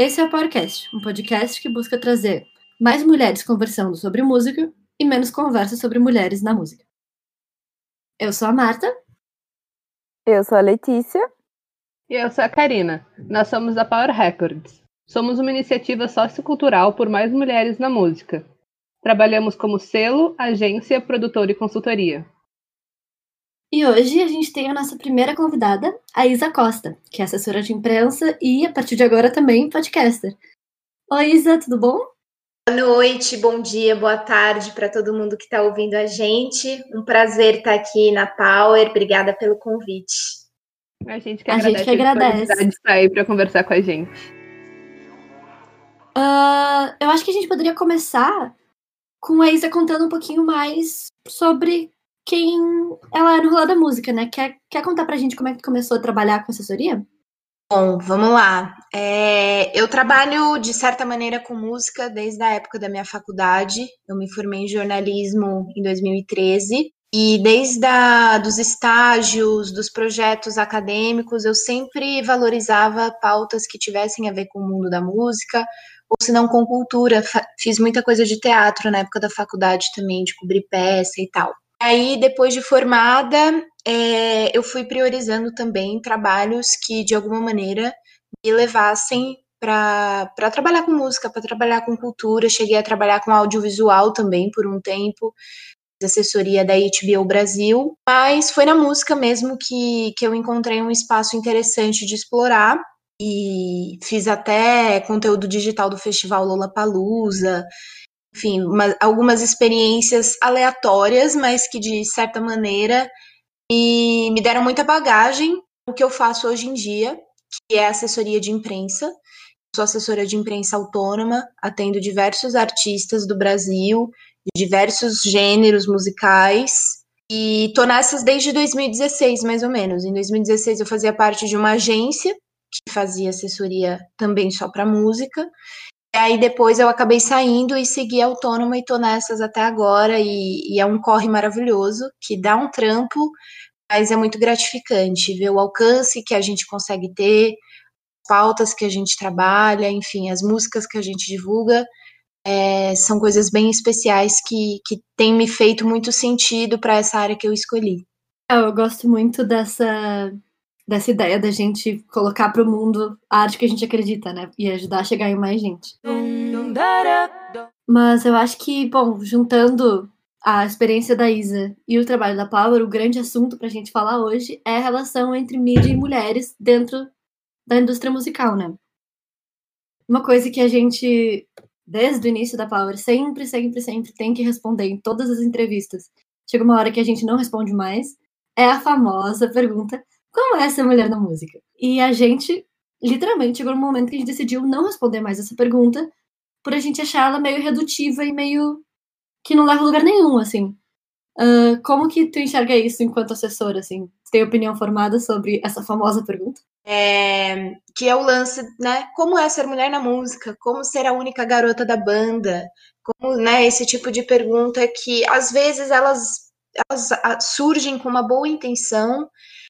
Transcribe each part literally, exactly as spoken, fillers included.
Esse é o PowerCast, um podcast que busca trazer mais mulheres conversando sobre música e menos conversa sobre mulheres na música. Eu sou a Marta. Eu sou a Letícia. E eu sou a Karina. Nós somos a Power Records. Somos uma iniciativa sociocultural por mais mulheres na música. Trabalhamos como selo, agência, produtora e consultoria. E hoje a gente tem a nossa primeira convidada, a Isa Costa, que é assessora de imprensa e, a partir de agora, também podcaster. Oi, Isa, tudo bom? Boa noite, bom dia, boa tarde para todo mundo que está ouvindo a gente. Um prazer estar aqui na Power. Obrigada pelo convite. A gente que a agradece gente que agradece. a de sair para conversar com a gente. Uh, eu acho que a gente poderia começar com a Isa contando um pouquinho mais sobre quem ela é no rolê da música, né? Quer, quer contar pra gente como é que começou a trabalhar com assessoria? Bom, vamos lá. É, eu trabalho, de certa maneira, com música desde a época da minha faculdade. Eu me formei em jornalismo em dois mil e treze. E desde a, dos estágios, dos projetos acadêmicos, eu sempre valorizava pautas que tivessem a ver com o mundo da música, ou se não com cultura. Fiz muita coisa de teatro na época da faculdade também, de cobrir peça e tal. Aí, depois de formada, é, eu fui priorizando também trabalhos que, de alguma maneira, me levassem para trabalhar com música, para trabalhar com cultura. Cheguei a trabalhar com audiovisual também por um tempo, assessoria da H B O Brasil, mas foi na música mesmo que, que eu encontrei um espaço interessante de explorar e fiz até conteúdo digital do Festival Lollapalooza. Enfim, uma, algumas experiências aleatórias, mas que de certa maneira me, me deram muita bagagem o que eu faço hoje em dia, que é assessoria de imprensa. Eu sou assessora de imprensa autônoma, atendo diversos artistas do Brasil, de diversos gêneros musicais, e tô nessas desde dois mil e dezesseis, mais ou menos. Em dois mil e dezesseis eu fazia parte de uma agência que fazia assessoria também só para música. E aí depois eu acabei saindo e segui autônoma e tô nessas até agora, e, e é um corre maravilhoso, que dá um trampo, mas é muito gratificante ver o alcance que a gente consegue ter, as pautas que a gente trabalha, enfim, as músicas que a gente divulga, é, são coisas bem especiais que, que têm me feito muito sentido para essa área que eu escolhi. Eu gosto muito dessa... dessa ideia da gente colocar para o mundo a arte que a gente acredita, né? E ajudar a chegar em mais gente. Mas eu acho que, bom, juntando a experiência da Isa e o trabalho da Power, o grande assunto pra gente falar hoje é a relação entre mídia e mulheres dentro da indústria musical, né? Uma coisa que a gente, desde o início da Power, sempre, sempre, sempre tem que responder em todas as entrevistas. Chega uma hora que a gente não responde mais, é a famosa pergunta: como é ser mulher na música? E a gente, literalmente, chegou num momento que a gente decidiu não responder mais essa pergunta, por a gente achar ela meio redutiva e meio que não leva a lugar nenhum, assim. Uh, como que tu enxerga isso enquanto assessora, assim? Tu tem opinião formada sobre essa famosa pergunta? É, que é o lance, né? Como é ser mulher na música? Como ser a única garota da banda? Como, né? Esse tipo de pergunta que, às vezes, elas, elas surgem com uma boa intenção,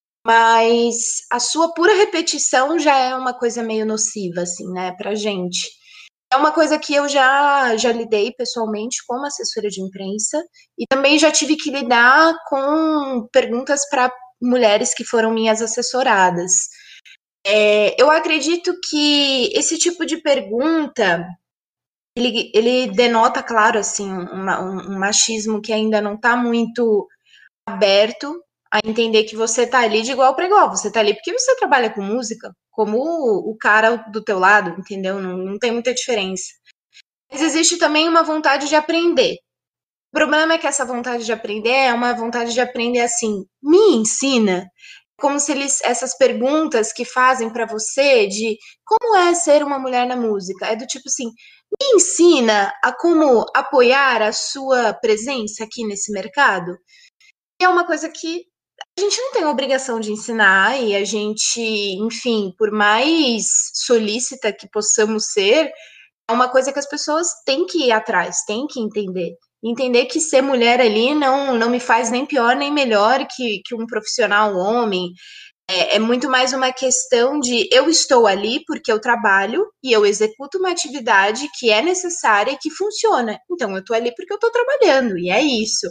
mas a sua pura repetição já é uma coisa meio nociva, assim, né, pra gente. É uma coisa que eu já, já lidei pessoalmente como assessora de imprensa e também já tive que lidar com perguntas para mulheres que foram minhas assessoradas. É, eu acredito que esse tipo de pergunta, ele, ele denota, claro, assim, uma, um, um machismo que ainda não está muito aberto a entender que você tá ali de igual para igual, você tá ali porque você trabalha com música, como o, o cara do teu lado, entendeu? Não, não tem muita diferença. Mas existe também uma vontade de aprender. O problema é que essa vontade de aprender é uma vontade de aprender assim, me ensina, como se eles, essas perguntas que fazem para você de como é ser uma mulher na música, é do tipo assim, me ensina a como apoiar a sua presença aqui nesse mercado. É uma coisa que a gente não tem a obrigação de ensinar e a gente, enfim, por mais solícita que possamos ser, é uma coisa que as pessoas têm que ir atrás, têm que entender. Entender que ser mulher ali não, não me faz nem pior nem melhor que, que um profissional homem. É, é muito mais uma questão de eu estou ali porque eu trabalho e eu executo uma atividade que é necessária e que funciona. Então, eu estou ali porque eu estou trabalhando, e é isso.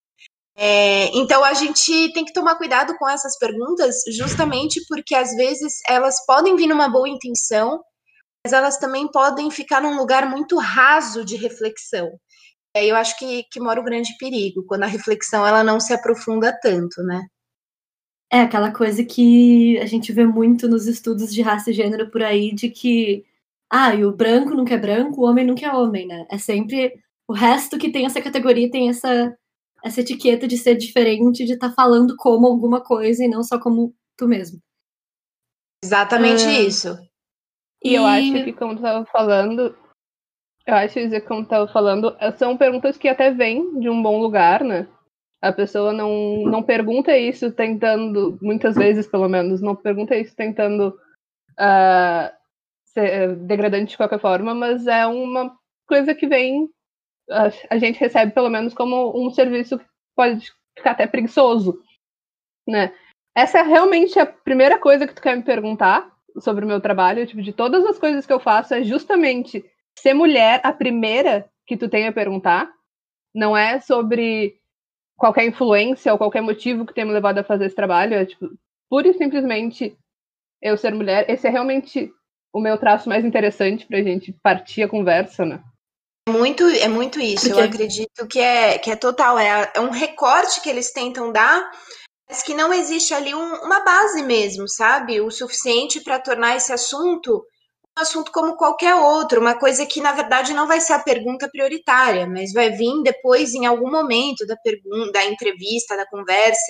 É, então, a gente tem que tomar cuidado com essas perguntas, justamente porque, às vezes, elas podem vir numa boa intenção, mas elas também podem ficar num lugar muito raso de reflexão. E aí eu acho que, que mora o grande perigo, quando a reflexão ela não se aprofunda tanto, né? É aquela coisa que a gente vê muito nos estudos de raça e gênero por aí, de que, ah, e o branco nunca é branco, o homem nunca é homem, né? É sempre o resto que tem essa categoria, tem essa, essa etiqueta de ser diferente, de estar tá falando como alguma coisa e não só como tu mesmo. Exatamente uh, isso. E, e eu acho que, como tu estava falando, eu acho que, como tu estava falando, são perguntas que até vêm de um bom lugar, né? A pessoa não, não pergunta isso tentando, muitas vezes pelo menos, não pergunta isso tentando uh, ser degradante de qualquer forma, mas é uma coisa que vem, a, a gente recebe pelo menos como um serviço que pode ficar até preguiçoso, né? Essa é realmente a primeira coisa que tu quer me perguntar sobre o meu trabalho, tipo, de todas as coisas que eu faço, é justamente ser mulher a primeira que tu tem a perguntar, não é sobre qualquer influência ou qualquer motivo que tenha me levado a fazer esse trabalho, é tipo, pura e simplesmente eu ser mulher. Esse é realmente o meu traço mais interessante pra gente partir a conversa, né? Muito, é muito isso, Porque... eu acredito que é, que é total, é, é um recorte que eles tentam dar, mas que não existe ali um, uma base mesmo, sabe? O suficiente para tornar esse assunto um assunto como qualquer outro, uma coisa que na verdade não vai ser a pergunta prioritária, mas vai vir depois em algum momento da pergunta, da entrevista, da conversa.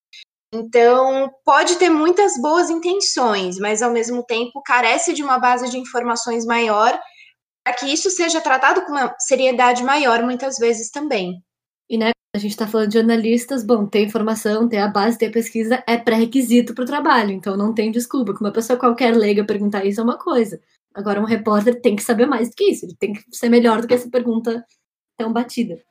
Então, pode ter muitas boas intenções, mas ao mesmo tempo carece de uma base de informações maior para que isso seja tratado com uma seriedade maior muitas vezes também. E, né, a gente está falando de jornalistas, bom, ter informação, ter a base, ter a pesquisa é pré-requisito para o trabalho, então não tem desculpa, que uma pessoa qualquer leiga perguntar isso é uma coisa. Agora, um repórter tem que saber mais do que isso, ele tem que ser melhor do que essa pergunta tão batida.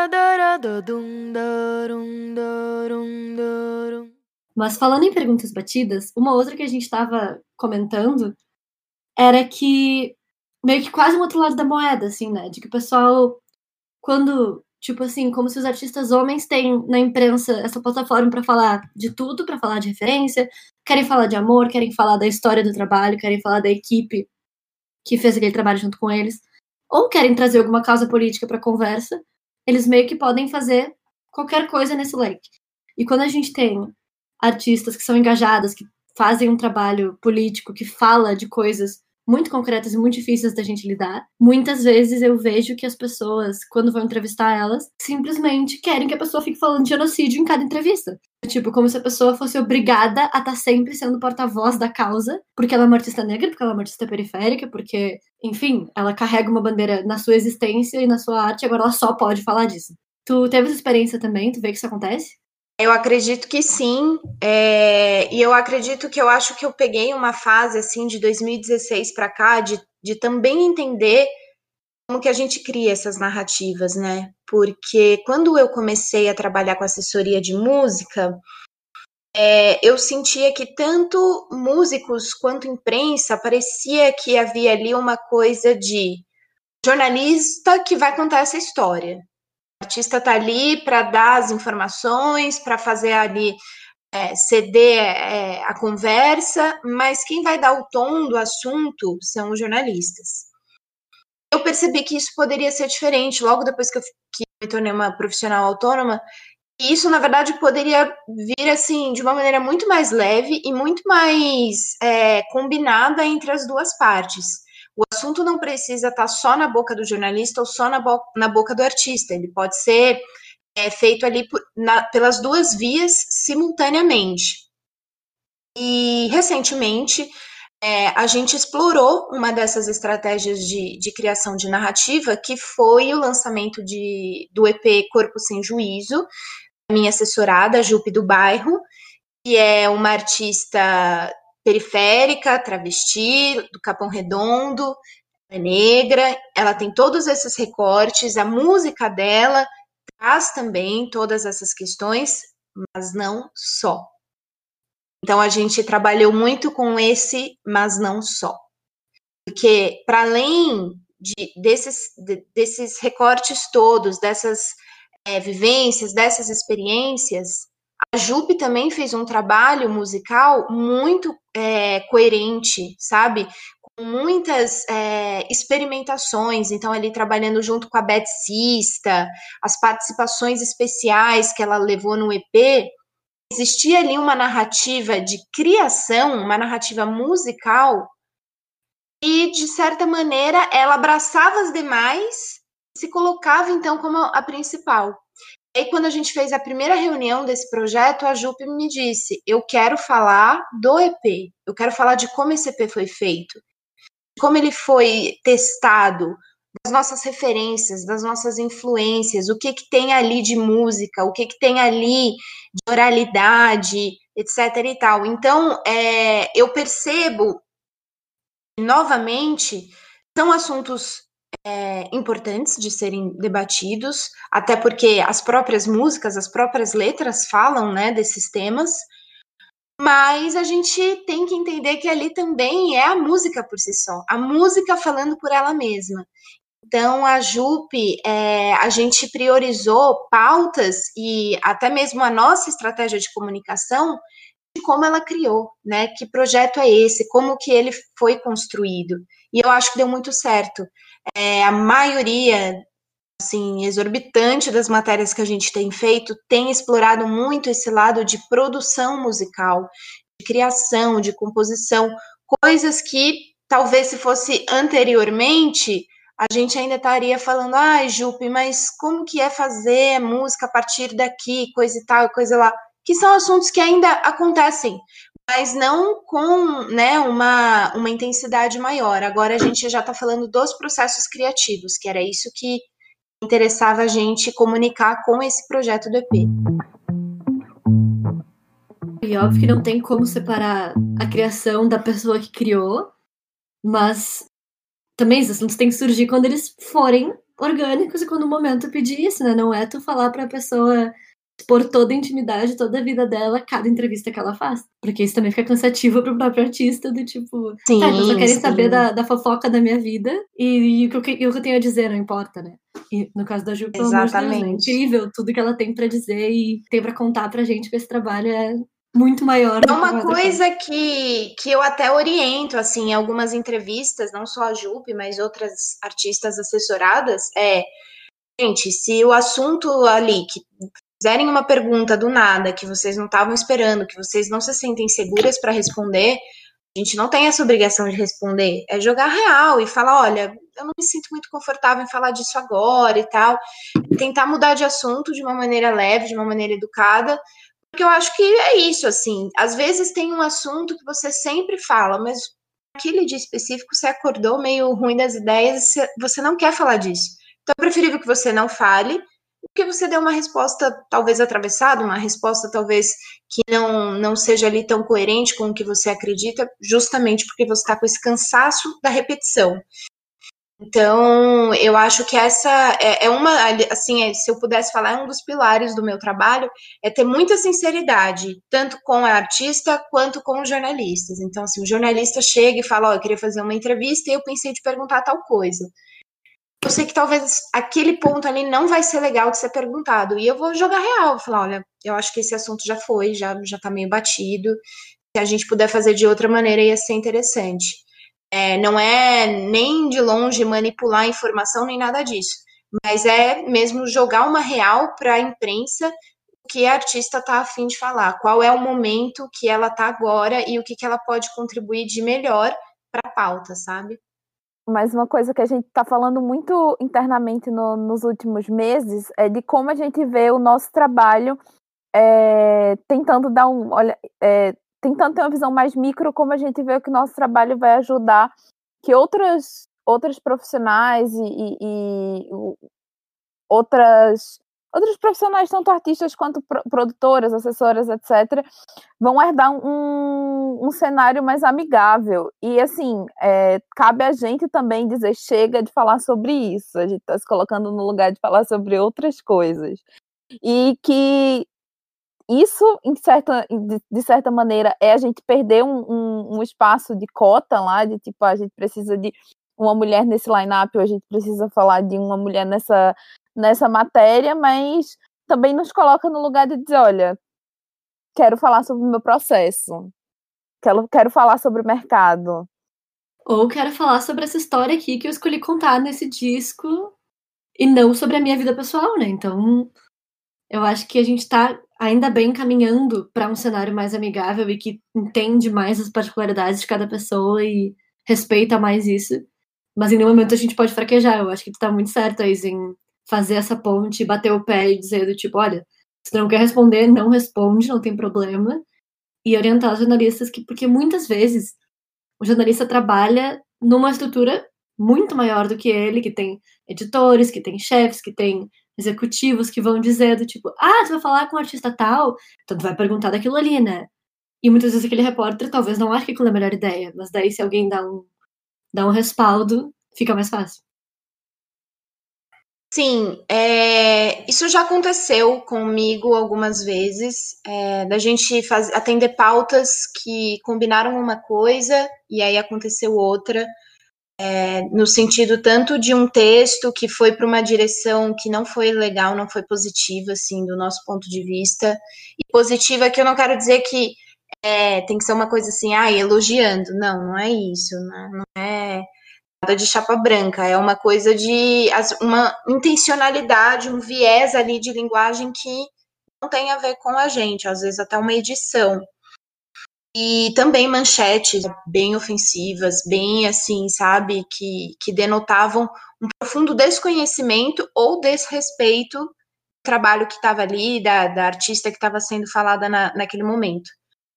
Mas falando em perguntas batidas, uma outra que a gente estava comentando era que meio que quase um outro lado da moeda, assim, né, de que o pessoal, quando... Tipo assim, como se os artistas homens têm na imprensa essa plataforma para falar de tudo, para falar de referência, querem falar de amor, querem falar da história do trabalho, querem falar da equipe que fez aquele trabalho junto com eles, ou querem trazer alguma causa política para conversa, eles meio que podem fazer qualquer coisa nesse leque. E quando a gente tem artistas que são engajadas, que fazem um trabalho político, que fala de coisas muito concretas e muito difíceis da gente lidar, muitas vezes eu vejo que as pessoas, quando vão entrevistar elas, simplesmente querem que a pessoa fique falando de genocídio em cada entrevista. Tipo, como se a pessoa fosse obrigada a estar sempre sendo porta-voz da causa, porque ela é uma artista negra, porque ela é uma artista periférica, porque, enfim, ela carrega uma bandeira na sua existência e na sua arte, agora ela só pode falar disso. Tu teve essa experiência também? Tu vê que isso acontece? Eu acredito que sim, é, e eu acredito que eu acho que eu peguei uma fase assim de dois mil e dezesseis para cá de, de também entender como que a gente cria essas narrativas, né? Porque quando eu comecei a trabalhar com assessoria de música, é, eu sentia que tanto músicos quanto imprensa parecia que havia ali uma coisa de jornalista que vai contar essa história. O artista está ali para dar as informações, para fazer ali, é, ceder é, a conversa, mas quem vai dar o tom do assunto são os jornalistas. Eu percebi que isso poderia ser diferente logo depois que eu, que eu me tornei uma profissional autônoma, e isso, na verdade, poderia vir assim de uma maneira muito mais leve e muito mais é, combinada entre as duas partes. O assunto não precisa estar só na boca do jornalista ou só na, bo- na boca do artista. Ele pode ser é, feito ali por, na, pelas duas vias simultaneamente. E, recentemente, é, a gente explorou uma dessas estratégias de, de criação de narrativa, que foi o lançamento de, do E P Corpo Sem Juízo, minha assessorada, Jupe do Bairro, que é uma artista periférica, travesti, do Capão Redondo, é negra, ela tem todos esses recortes, a música dela traz também todas essas questões, mas não só. Então, a gente trabalhou muito com esse, mas não só. Porque, para além de, desses, de, desses recortes todos, dessas é, vivências, dessas experiências, a Jupe também fez um trabalho musical muito é, coerente, sabe? Com muitas é, experimentações. Então, ali trabalhando junto com a Beth Sista, as participações especiais que ela levou no E P, existia ali uma narrativa de criação, uma narrativa musical, e, de certa maneira, ela abraçava as demais e se colocava, então, como a principal. E aí, quando a gente fez a primeira reunião desse projeto, a Jupe me disse, eu quero falar do E P, eu quero falar de como esse E P foi feito, de como ele foi testado, das nossas referências, das nossas influências, o que que tem ali de música, o que que tem ali de oralidade, etc e tal. Então, é, eu percebo, novamente, são assuntos é, importantes de serem debatidos, até porque as próprias músicas, as próprias letras falam, né, desses temas, mas a gente tem que entender que ali também é a música por si só, a música falando por ela mesma. Então, a Jupe, é, a gente priorizou pautas e até mesmo a nossa estratégia de comunicação de como ela criou, né? Que projeto é esse? Como que ele foi construído? E eu acho que deu muito certo. É, a maioria, assim, exorbitante das matérias que a gente tem feito tem explorado muito esse lado de produção musical, de criação, de composição, coisas que talvez se fosse anteriormente a gente ainda estaria falando, ai, Jupe, mas como que é fazer música a partir daqui, coisa e tal, coisa lá, que são assuntos que ainda acontecem, mas não com, né, uma, uma intensidade maior. Agora a gente já está falando dos processos criativos, que era isso que interessava a gente comunicar com esse projeto do E P. E óbvio que não tem como separar a criação da pessoa que criou, mas também os assuntos têm que surgir quando eles forem orgânicos e quando o momento pedir isso, né? Não é tu falar pra pessoa expor toda a intimidade, toda a vida dela, cada entrevista que ela faz. Porque isso também fica cansativo pro próprio artista, do tipo, sim, tá, então só querem sim. saber da, da fofoca da minha vida e, e o, que eu, e o que eu tenho a dizer, não importa, né? E no caso da Ju, pelo amor de Deus, né? É incrível tudo que ela tem pra dizer e tem pra contar pra gente, que esse trabalho é muito maior. É uma coisa que, que eu até oriento, assim, em algumas entrevistas, não só a Jupe, mas outras artistas assessoradas, é, gente, se o assunto ali, que fizerem uma pergunta do nada, que vocês não estavam esperando, que vocês não se sentem seguras para responder, a gente não tem essa obrigação de responder, é jogar real e falar, olha, eu não me sinto muito confortável em falar disso agora e tal, tentar mudar de assunto de uma maneira leve, de uma maneira educada, porque eu acho que é isso, assim, às vezes tem um assunto que você sempre fala, mas aquele dia específico você acordou meio ruim das ideias e você não quer falar disso. Então é preferível que você não fale, porque você dê uma resposta talvez atravessada, uma resposta talvez que não, não seja ali tão coerente com o que você acredita, justamente porque você está com esse cansaço da repetição. Então, eu acho que essa é, é uma, assim, é, se eu pudesse falar, é um dos pilares do meu trabalho, é ter muita sinceridade, tanto com a artista quanto com os jornalistas. Então, assim, o jornalista chega e fala, ó, oh, eu queria fazer uma entrevista e eu pensei de perguntar tal coisa. Eu sei que talvez aquele ponto ali não vai ser legal de ser perguntado, e eu vou jogar real, vou falar, olha, eu acho que esse assunto já foi, já, já tá meio batido, se a gente puder fazer de outra maneira ia ser interessante. É, não é nem de longe manipular a informação, nem nada disso, mas é mesmo jogar uma real para a imprensa o que a artista está a fim de falar, qual é o momento que ela está agora e o que, que ela pode contribuir de melhor para a pauta, sabe? Mas uma coisa que a gente está falando muito internamente no, nos últimos meses é de como a gente vê o nosso trabalho é, tentando dar um... Olha, é, tentando ter uma visão mais micro, como a gente vê que o nosso trabalho vai ajudar que outras, outras profissionais e, e, e outras, outros profissionais, tanto artistas quanto pro, produtoras, assessoras, etcétera, vão herdar um, um cenário mais amigável. E, assim, é, cabe a gente também dizer, chega de falar sobre isso, a gente está se colocando no lugar de falar sobre outras coisas. E que isso, em certa, de, de certa maneira, é a gente perder um, um, um espaço de cota lá, de tipo, a gente precisa de uma mulher nesse line-up, ou a gente precisa falar de uma mulher nessa, nessa matéria, mas também nos coloca no lugar de dizer, olha, quero falar sobre o meu processo, quero, quero falar sobre o mercado. Ou quero falar sobre essa história aqui que eu escolhi contar nesse disco e não sobre a minha vida pessoal, né? Então, eu acho que a gente tá ainda bem caminhando para um cenário mais amigável e que entende mais as particularidades de cada pessoa e respeita mais isso. Mas em nenhum momento a gente pode fraquejar. Eu acho que tu tá muito certo, Ais, em fazer essa ponte, bater o pé e dizer do tipo, olha, se tu não quer responder, não responde, não tem problema. E orientar os jornalistas, que, porque muitas vezes o jornalista trabalha numa estrutura muito maior do que ele, que tem editores, que tem chefes, que tem executivos que vão dizer do tipo, ah, tu vai falar com um artista tal, então tu vai perguntar daquilo ali, né? E muitas vezes aquele repórter talvez não ache que aquilo é a melhor ideia, mas daí se alguém dá um, dá um respaldo, fica mais fácil. Sim, é, isso já aconteceu comigo algumas vezes, é, da gente faz, atender pautas que combinaram uma coisa e aí aconteceu outra, é, no sentido tanto de um texto que foi para uma direção que não foi legal, não foi positiva, assim, do nosso ponto de vista, e positiva que eu não quero dizer que é, tem que ser uma coisa assim, ah, elogiando, não, não é isso, né? Não é nada de chapa branca, é uma coisa de uma intencionalidade, um viés ali de linguagem que não tem a ver com a gente, às vezes até uma edição. E também manchetes bem ofensivas, bem assim, sabe, que, que denotavam um profundo desconhecimento ou desrespeito do trabalho que estava ali, da, da artista que estava sendo falada na, naquele momento.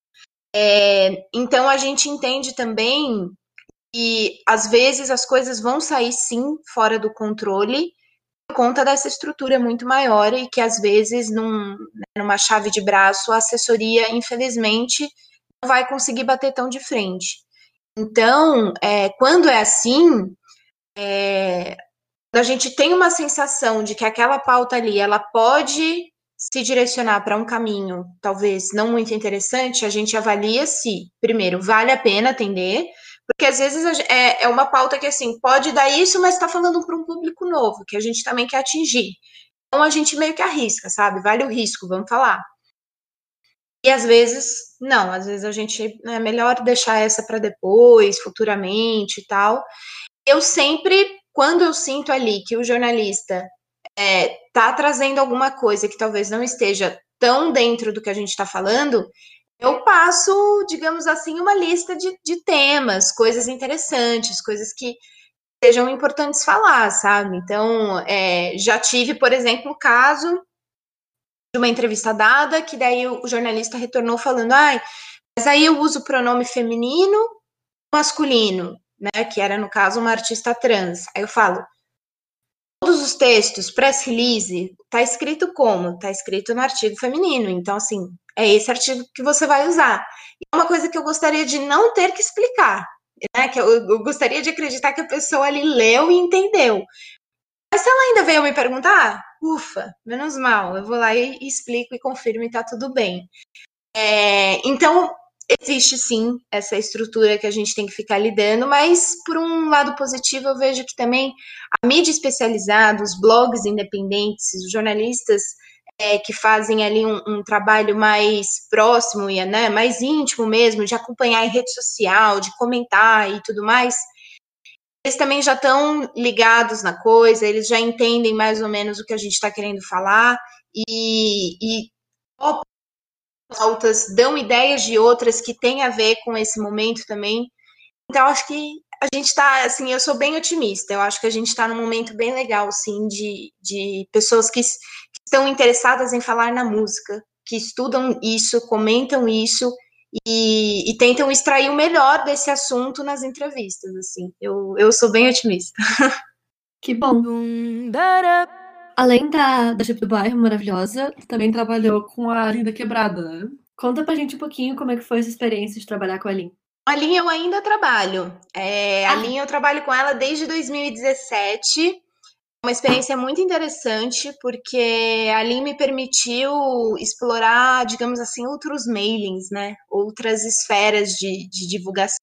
É, então a gente entende também e às vezes as coisas vão sair sim fora do controle por conta dessa estrutura muito maior e que às vezes num, numa chave de braço a assessoria infelizmente não vai conseguir bater tão de frente. Então, é, quando é assim, é, a gente tem uma sensação de que aquela pauta ali ela pode se direcionar para um caminho talvez não muito interessante, a gente avalia se, primeiro, vale a pena atender. Porque às vezes é, é uma pauta que assim, pode dar isso, mas está falando para um público novo, que a gente também quer atingir. Então a gente meio que arrisca, sabe? Vale o risco, vamos falar. E às vezes, não, às vezes a gente é melhor deixar essa para depois, futuramente e tal. Eu sempre, quando eu sinto ali que o jornalista é, tá trazendo alguma coisa que talvez não esteja tão dentro do que a gente está falando, eu passo, digamos assim, uma lista de, de temas, coisas interessantes, coisas que sejam importantes falar, sabe? Então, é, já tive, por exemplo, o caso de uma entrevista dada, que daí o, o jornalista retornou falando, ai, mas aí eu uso o pronome feminino, masculino, né? Que era, no caso, uma artista trans. Aí eu falo, todos os textos, press release, tá escrito como? Tá escrito no artigo feminino. Então, assim, é esse artigo que você vai usar. E é uma coisa que eu gostaria de não ter que explicar, né? Que eu, eu gostaria de acreditar que a pessoa ali leu e entendeu. Mas se ela ainda veio me perguntar, ufa, menos mal, eu vou lá e, e explico e confirmo e tá tudo bem. É, então, existe sim essa estrutura que a gente tem que ficar lidando, mas por um lado positivo eu vejo que também a mídia especializada, os blogs independentes, os jornalistas é, que fazem ali um, um trabalho mais próximo e né, mais íntimo mesmo, de acompanhar em rede social, de comentar e tudo mais, eles também já estão ligados na coisa, eles já entendem mais ou menos o que a gente está querendo falar e, e pautas dão ideias de outras que têm a ver com esse momento também. Então, acho que a gente está, assim, eu sou bem otimista. Eu acho que a gente está num momento bem legal, assim, de, de pessoas que, que estão interessadas em falar na música, que estudam isso, comentam isso e, e tentam extrair o melhor desse assunto nas entrevistas, assim. Eu, eu sou bem otimista. Que bom. Além da, da Chip do Bairro maravilhosa, também trabalhou com a Linda Quebrada, né? Conta pra gente um pouquinho como é que foi essa experiência de trabalhar com a Lin. A Lin eu ainda trabalho. É, ah. A Lin eu trabalho com ela desde dois mil e dezessete. uma experiência muito interessante, porque ali me permitiu explorar, digamos assim, outros mailings, né? Outras esferas de, de divulgação,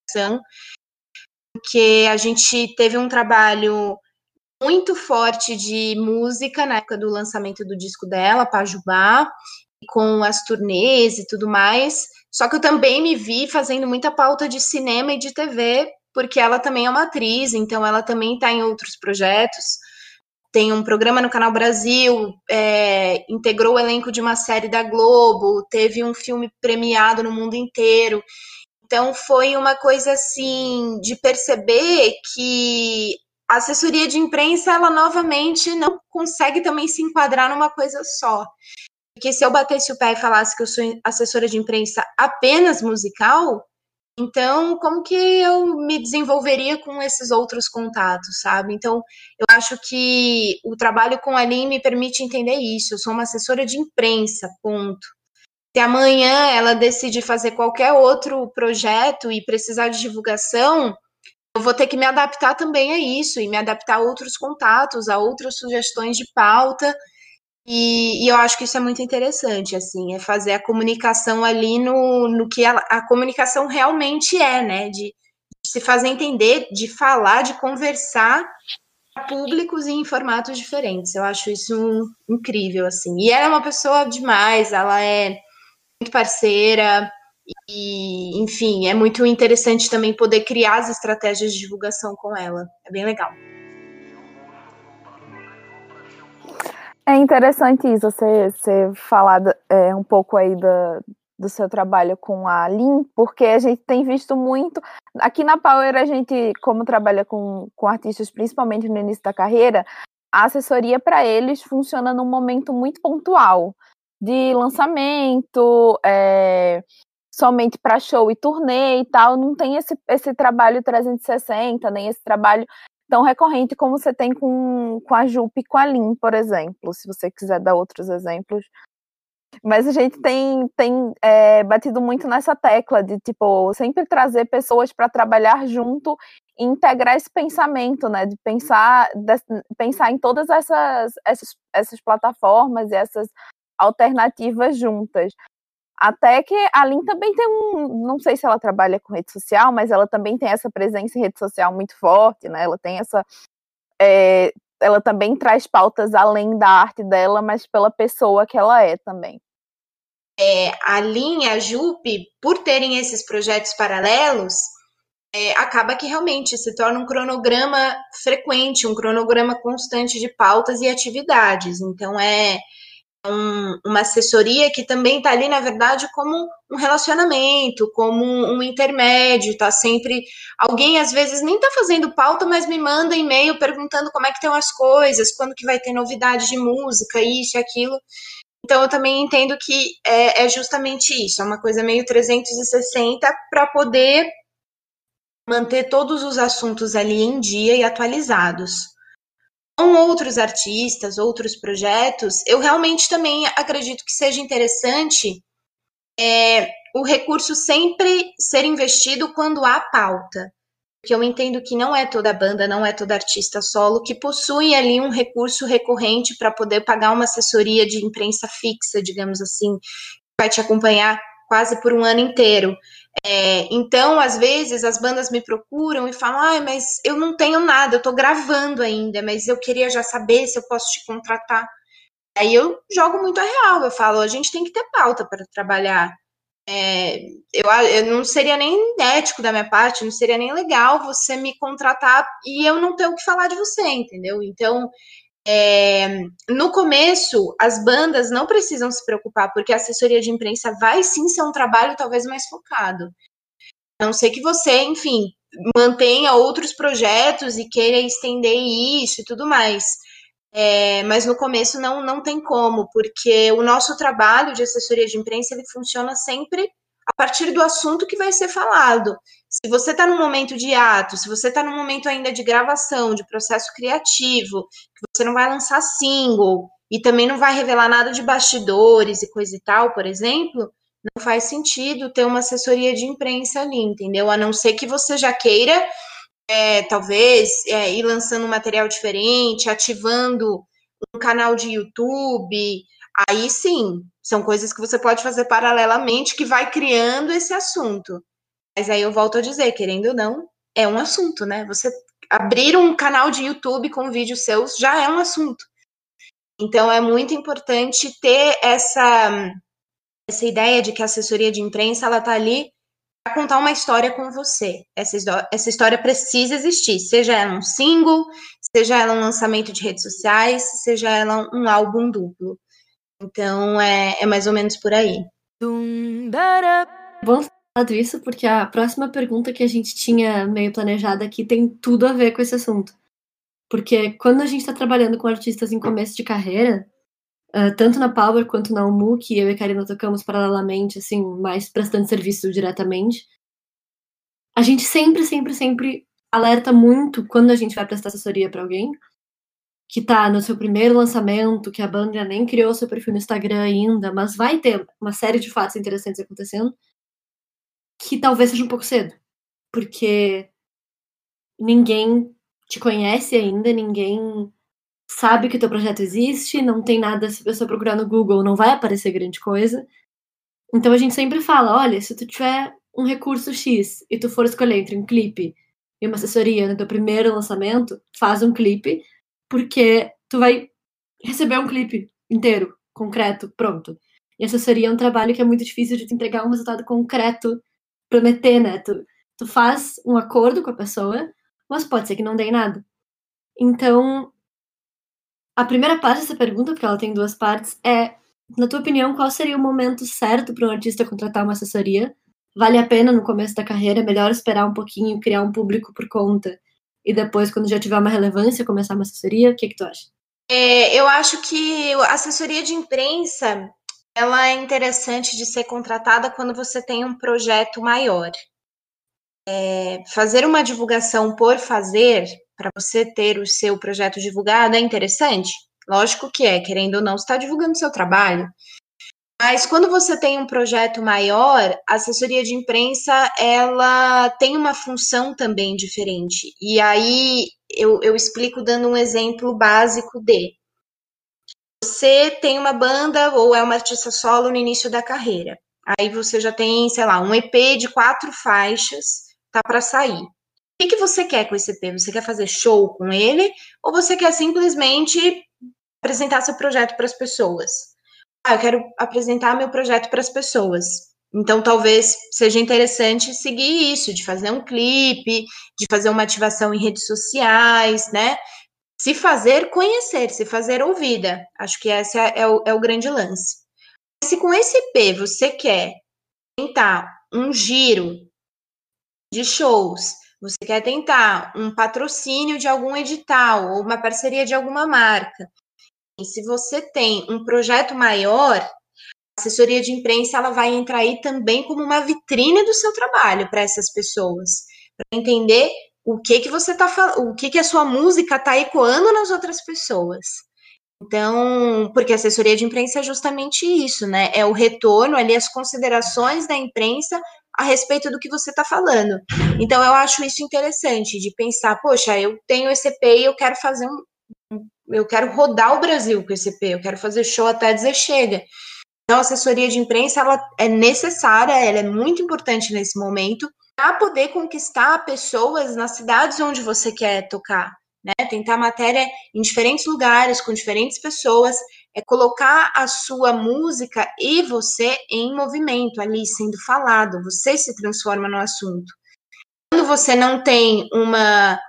porque a gente teve um trabalho muito forte de música na época do lançamento do disco dela, Pajubá, com as turnês e tudo mais. Só que eu também me vi fazendo muita pauta de cinema e de T V, porque ela também é uma atriz, então ela também está em outros projetos. Tem um programa no Canal Brasil, é, integrou o elenco de uma série da Globo, teve um filme premiado no mundo inteiro. Então foi uma coisa assim de perceber que a assessoria de imprensa, ela novamente não consegue também se enquadrar numa coisa só. Porque se eu batesse o pé e falasse que eu sou assessora de imprensa apenas musical, então como que eu me desenvolveria com esses outros contatos, sabe? Então eu acho que o trabalho com a Lin me permite entender isso. Eu sou uma assessora de imprensa, ponto. Se amanhã ela decidir fazer qualquer outro projeto e precisar de divulgação, eu vou ter que me adaptar também a isso e me adaptar a outros contatos, a outras sugestões de pauta. E, e eu acho que isso é muito interessante, assim, é fazer a comunicação ali no, no que a, a comunicação realmente é, né? De, de se fazer entender, de falar, de conversar para públicos e em formatos diferentes. Eu acho isso um, incrível, assim. E ela é uma pessoa demais, ela é muito parceira e, enfim, é muito interessante também poder criar as estratégias de divulgação com ela. É bem legal. É interessante isso, você, você falar é, um pouco aí da, do seu trabalho com a Lin, porque a gente tem visto muito, aqui na Power a gente, como trabalha com, com artistas, principalmente no início da carreira, a assessoria para eles funciona num momento muito pontual, de lançamento, é, somente para show e turnê e tal, não tem esse, esse trabalho trezentos e sessenta, nem esse trabalho tão recorrente como você tem com, com a Jupe e com a Lin, por exemplo, se você quiser dar outros exemplos. Mas a gente tem, tem é, batido muito nessa tecla de, tipo, sempre trazer pessoas para trabalhar junto e integrar esse pensamento, né, de pensar, de, pensar em todas essas, essas, essas plataformas e essas alternativas juntas. Até que a Lin também tem um, não sei se ela trabalha com rede social, mas ela também tem essa presença em rede social muito forte, né? Ela tem essa, é, ela também traz pautas além da arte dela, mas pela pessoa que ela é também. É, a Lin e a Jupe, por terem esses projetos paralelos, é, acaba que realmente se torna um cronograma frequente, um cronograma constante de pautas e atividades. Então é Um, uma assessoria que também está ali, na verdade, como um relacionamento, como um, um intermédio, está sempre... Alguém, às vezes, nem está fazendo pauta, mas me manda e-mail perguntando como é que estão as coisas, quando que vai ter novidade de música, isso e aquilo. Então, eu também entendo que é, é justamente isso, é uma coisa meio trezentos e sessenta para poder manter todos os assuntos ali em dia e atualizados. Com outros artistas, outros projetos, eu realmente também acredito que seja interessante é, o recurso sempre ser investido quando há pauta. Porque eu entendo que não é toda banda, não é todo artista solo que possui ali um recurso recorrente para poder pagar uma assessoria de imprensa fixa, digamos assim, que vai te acompanhar quase por um ano inteiro. É, então, às vezes, as bandas me procuram e falam, ah, mas eu não tenho nada, eu tô gravando ainda, mas eu queria já saber se eu posso te contratar. Aí eu jogo muito a real, eu falo, a gente tem que ter pauta para trabalhar. É, eu, eu não seria nem ético da minha parte, não seria nem legal você me contratar e eu não ter o que falar de você, entendeu? Então, É, no começo, as bandas não precisam se preocupar, porque a assessoria de imprensa vai sim ser um trabalho talvez mais focado. A não ser que você, enfim, mantenha outros projetos e queira estender isso e tudo mais. É, mas no começo não, não tem como, porque o nosso trabalho de assessoria de imprensa ele funciona sempre a partir do assunto que vai ser falado. Se você está num momento de ato, se você está num momento ainda de gravação, de processo criativo, que você não vai lançar single e também não vai revelar nada de bastidores e coisa e tal, por exemplo, não faz sentido ter uma assessoria de imprensa ali, entendeu? A não ser que você já queira é, talvez é, ir lançando material diferente, ativando um canal de YouTube, aí sim, são coisas que você pode fazer paralelamente que vai criando esse assunto. Mas aí eu volto a dizer, querendo ou não, é um assunto, né? Você abrir um canal de YouTube com vídeos seus já é um assunto. Então é muito importante ter essa, essa ideia de que a assessoria de imprensa ela tá ali para contar uma história com você. Essa, essa história precisa existir, seja ela um single, seja ela um lançamento de redes sociais, seja ela um álbum duplo. Então é, é mais ou menos por aí. Bom falar isso, porque a próxima pergunta que a gente tinha meio planejada aqui tem tudo a ver com esse assunto. Porque quando a gente está trabalhando com artistas em começo de carreira, uh, tanto na Power quanto na Umu, que eu e a Karina tocamos paralelamente, assim, mais prestando serviço diretamente, a gente sempre, sempre, sempre alerta muito quando a gente vai prestar assessoria para alguém que tá no seu primeiro lançamento, que a banda nem criou seu perfil no Instagram ainda, mas vai ter uma série de fatos interessantes acontecendo, que talvez seja um pouco cedo, porque ninguém te conhece ainda, ninguém sabe que o teu projeto existe, não tem nada, se a pessoa procurar no Google não vai aparecer grande coisa. Então a gente sempre fala, olha, se tu tiver um recurso X e tu for escolher entre um clipe e uma assessoria no teu primeiro lançamento, faz um clipe, porque tu vai receber um clipe inteiro, concreto, pronto. E a assessoria é um trabalho que é muito difícil de te entregar um resultado concreto, prometer, né? Tu, tu faz um acordo com a pessoa, mas pode ser que não dê nada. Então, a primeira parte dessa pergunta, porque ela tem duas partes, é, na tua opinião, qual seria o momento certo para um artista contratar uma assessoria? Vale a pena no começo da carreira? É melhor esperar um pouquinho, criar um público por conta e depois, quando já tiver uma relevância, começar uma assessoria? O que que tu acha? É, eu acho que a assessoria de imprensa ela é interessante de ser contratada quando você tem um projeto maior. É, fazer uma divulgação por fazer, para você ter o seu projeto divulgado, é interessante? Lógico que é, querendo ou não, você está divulgando o seu trabalho. Mas quando você tem um projeto maior, a assessoria de imprensa, ela tem uma função também diferente. E aí, eu, eu explico dando um exemplo básico de... Você tem uma banda ou é uma artista solo no início da carreira. Aí você já tem, sei lá, um E P de quatro faixas, tá para sair. O que, que você quer com esse E P? Você quer fazer show com ele? Ou você quer simplesmente apresentar seu projeto para as pessoas? Ah, eu quero apresentar meu projeto para as pessoas. Então, talvez seja interessante seguir isso, de fazer um clipe, de fazer uma ativação em redes sociais, né? Se fazer conhecer, se fazer ouvida. Acho que esse é, é, o, é o grande lance. Se com esse E P você quer tentar um giro de shows, você quer tentar um patrocínio de algum edital ou uma parceria de alguma marca, e se você tem um projeto maior, a assessoria de imprensa ela vai entrar aí também como uma vitrine do seu trabalho para essas pessoas, para entender o que que você tá falando, o que que a sua música tá ecoando nas outras pessoas. Então, porque a assessoria de imprensa é justamente isso, né? É o retorno ali, as considerações da imprensa a respeito do que você está falando. Então, eu acho isso interessante, de pensar, poxa, eu tenho esse E P e eu quero fazer um... eu quero rodar o Brasil com esse E P, eu quero fazer show até dizer chega. Então, a assessoria de imprensa, ela é necessária, ela é muito importante nesse momento, para poder conquistar pessoas nas cidades onde você quer tocar, né? Tentar matéria em diferentes lugares, com diferentes pessoas, é colocar a sua música e você em movimento ali, sendo falado, você se transforma no assunto. Quando você não tem uma,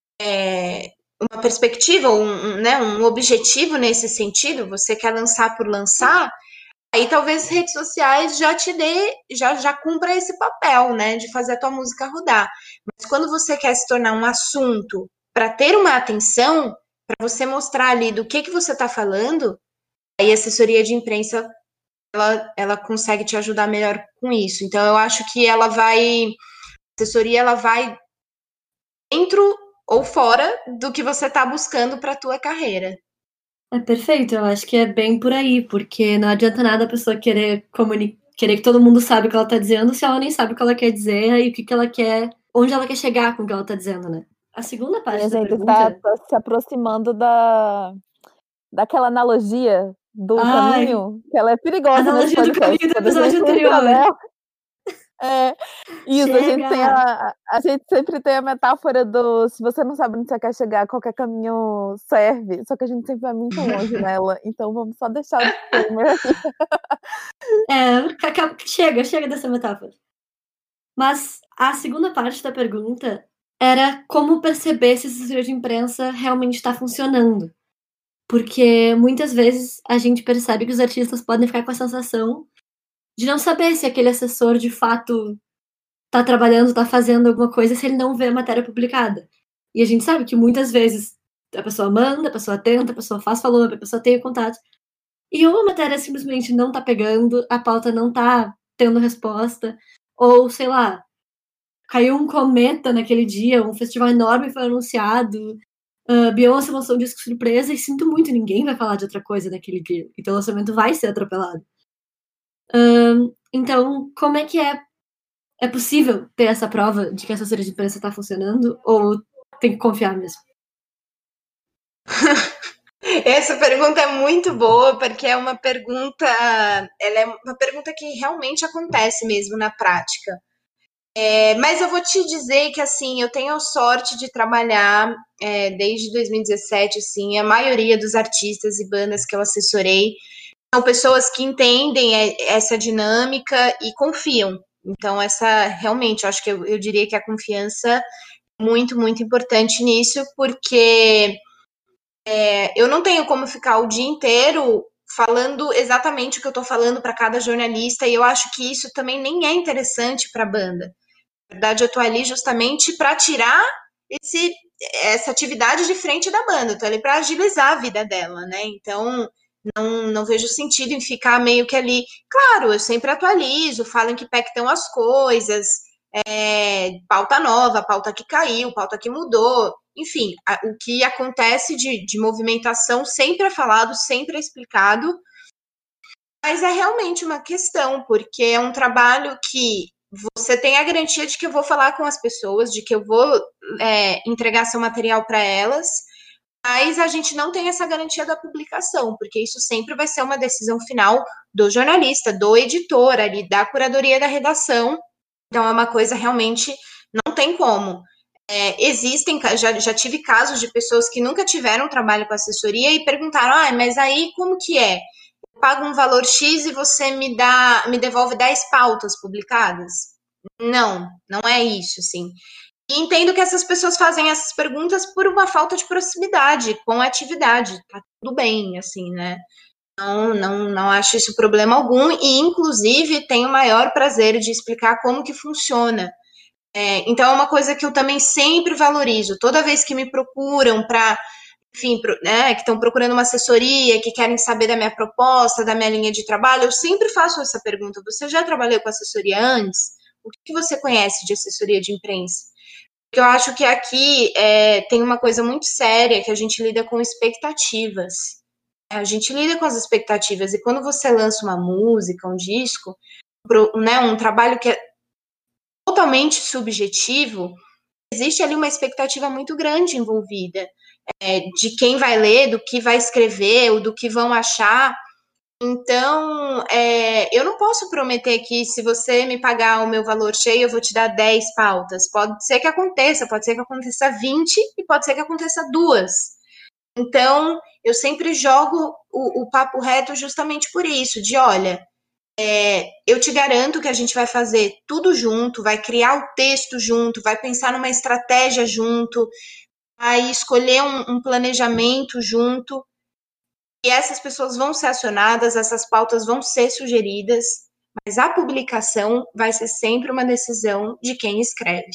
é, uma perspectiva, um, né, um objetivo nesse sentido, você quer lançar por lançar, aí talvez redes sociais já te dê, já, já cumpra esse papel, né, de fazer a tua música rodar. Mas quando você quer se tornar um assunto para ter uma atenção, para você mostrar ali do que, que você está falando, aí a assessoria de imprensa, ela, ela consegue te ajudar melhor com isso. Então, eu acho que ela vai, a assessoria, ela vai dentro ou fora do que você está buscando para a tua carreira. É perfeito, eu acho que é bem por aí, porque não adianta nada a pessoa querer comunicar, querer que todo mundo saiba o que ela tá dizendo, se ela nem sabe o que ela quer dizer e o que, que ela quer, onde ela quer chegar com o que ela tá dizendo, né? a segunda E parte a da gente pergunta... tá, tá se aproximando da, daquela analogia do Ai, caminho, que ela é perigosa nesse analogia do podcast. caminho do Quando a episódio gente entra anterior. nela, é, isso, a gente tem Chega! a, a gente sempre tem a metáfora do se você não sabe onde você quer chegar, qualquer caminho serve, só que a gente sempre vai muito longe nela, então vamos só deixar o disclaimer aqui. É, ca- ca- chega, chega dessa metáfora. Mas a segunda parte da pergunta era como perceber se a assessoria de imprensa realmente está funcionando. Porque muitas vezes a gente percebe que os artistas podem ficar com a sensação de não saber se aquele assessor de fato tá trabalhando, tá fazendo alguma coisa, se ele não vê a matéria publicada. E a gente sabe que muitas vezes a pessoa manda, a pessoa tenta, a pessoa faz follow-up, a pessoa tem o contato. E ou a matéria simplesmente não tá pegando, a pauta não tá tendo resposta, ou, sei lá, caiu um cometa naquele dia, um festival enorme foi anunciado, uh, Beyoncé lançou um disco surpresa, e sinto muito, ninguém vai falar de outra coisa naquele dia. Então o lançamento vai ser atropelado. Uh, então, como é que é? É possível ter essa prova de que a assessoria de imprensa tá funcionando, ou tem que confiar mesmo? Essa pergunta é muito boa, porque é uma pergunta, ela é uma pergunta que realmente acontece mesmo na prática. É, mas eu vou te dizer que, assim, eu tenho a sorte de trabalhar é, desde dois mil e dezessete, assim, a maioria dos artistas e bandas que eu assessorei são pessoas que entendem essa dinâmica e confiam. Então, essa, realmente, eu acho que eu, eu diria que a confiança é muito, muito importante nisso, porque é, eu não tenho como ficar o dia inteiro falando exatamente o que eu estou falando para cada jornalista, e eu acho que isso também nem é interessante para a banda. Na verdade, eu estou ali justamente para tirar esse, essa atividade de frente da banda, eu estou ali para agilizar a vida dela, né? Então, não, não vejo sentido em ficar meio que ali. Claro, eu sempre atualizo, falo em que pé que estão as coisas, é, pauta nova, pauta que caiu, pauta que mudou. Enfim, a, o que acontece de, de movimentação sempre é falado, sempre é explicado, mas é realmente uma questão, porque é um trabalho que você tem a garantia de que eu vou falar com as pessoas, de que eu vou é, entregar seu material para elas, mas a gente não tem essa garantia da publicação, porque isso sempre vai ser uma decisão final do jornalista, do editor, ali, da curadoria da redação. Então é uma coisa realmente não tem como. É, existem, já, já tive casos de pessoas que nunca tiveram trabalho com assessoria e perguntaram, ah, mas aí como que é? Eu pago um valor X e você me dá, me devolve dez pautas publicadas? Não, não é isso, assim. E entendo que essas pessoas fazem essas perguntas por uma falta de proximidade com a atividade. Tá tudo bem, assim, né? Não, não, não acho isso problema algum e, inclusive, tenho o maior prazer de explicar como que funciona. É, então, é uma coisa que eu também sempre valorizo. Toda vez que me procuram para, enfim, pro, né, que estão procurando uma assessoria, que querem saber da minha proposta, da minha linha de trabalho, eu sempre faço essa pergunta. Você já trabalhou com assessoria antes? O que você conhece de assessoria de imprensa? Porque eu acho que aqui é, tem uma coisa muito séria, que a gente lida com expectativas. A gente lida com as expectativas, e quando você lança uma música, um disco, né, um trabalho que é totalmente subjetivo, existe ali uma expectativa muito grande envolvida, é, de quem vai ler, do que vai escrever, ou do que vão achar. Então, é, eu não posso prometer que se você me pagar o meu valor cheio, eu vou te dar dez pautas. Pode ser que aconteça, pode ser que aconteça vinte e pode ser que aconteça duas. Então, eu sempre jogo o, o papo reto justamente por isso, de olha, é, eu te garanto que a gente vai fazer tudo junto, vai criar o texto junto, vai pensar numa estratégia junto, vai escolher um, um planejamento junto, e essas pessoas vão ser acionadas, essas pautas vão ser sugeridas, mas a publicação vai ser sempre uma decisão de quem escreve.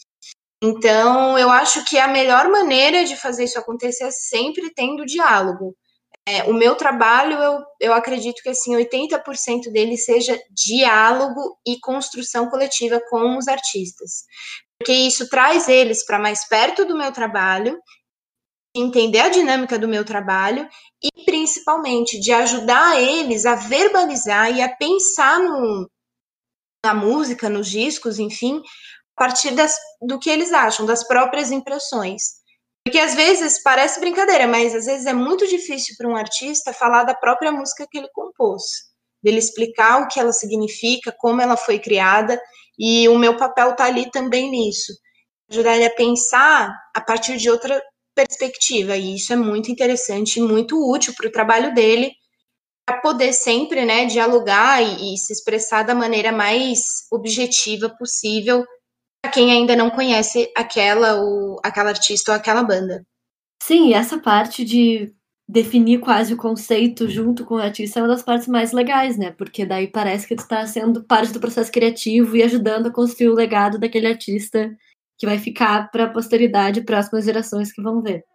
Então, eu acho que a melhor maneira de fazer isso acontecer é sempre tendo diálogo. É, o meu trabalho, eu, eu acredito que assim, oitenta por cento dele seja diálogo e construção coletiva com os artistas. Porque isso traz eles para mais perto do meu trabalho, entender a dinâmica do meu trabalho e, principalmente, de ajudar eles a verbalizar e a pensar no, na música, nos discos, enfim, a partir das, do que eles acham, das próprias impressões. Porque às vezes parece brincadeira, mas às vezes é muito difícil para um artista falar da própria música que ele compôs, dele explicar o que ela significa, como ela foi criada, e o meu papel está ali também nisso, ajudar ele a pensar a partir de outra perspectiva, e isso é muito interessante e muito útil para o trabalho dele, para poder sempre, né, dialogar e, e se expressar da maneira mais objetiva possível para quem ainda não conhece aquela, ou, aquela artista ou aquela banda. Sim, e essa parte de definir quase o conceito junto com o artista é uma das partes mais legais, né? Porque daí parece que tu tá sendo parte do processo criativo e ajudando a construir o legado daquele artista que vai ficar para a posteridade e próximas gerações que vão ver.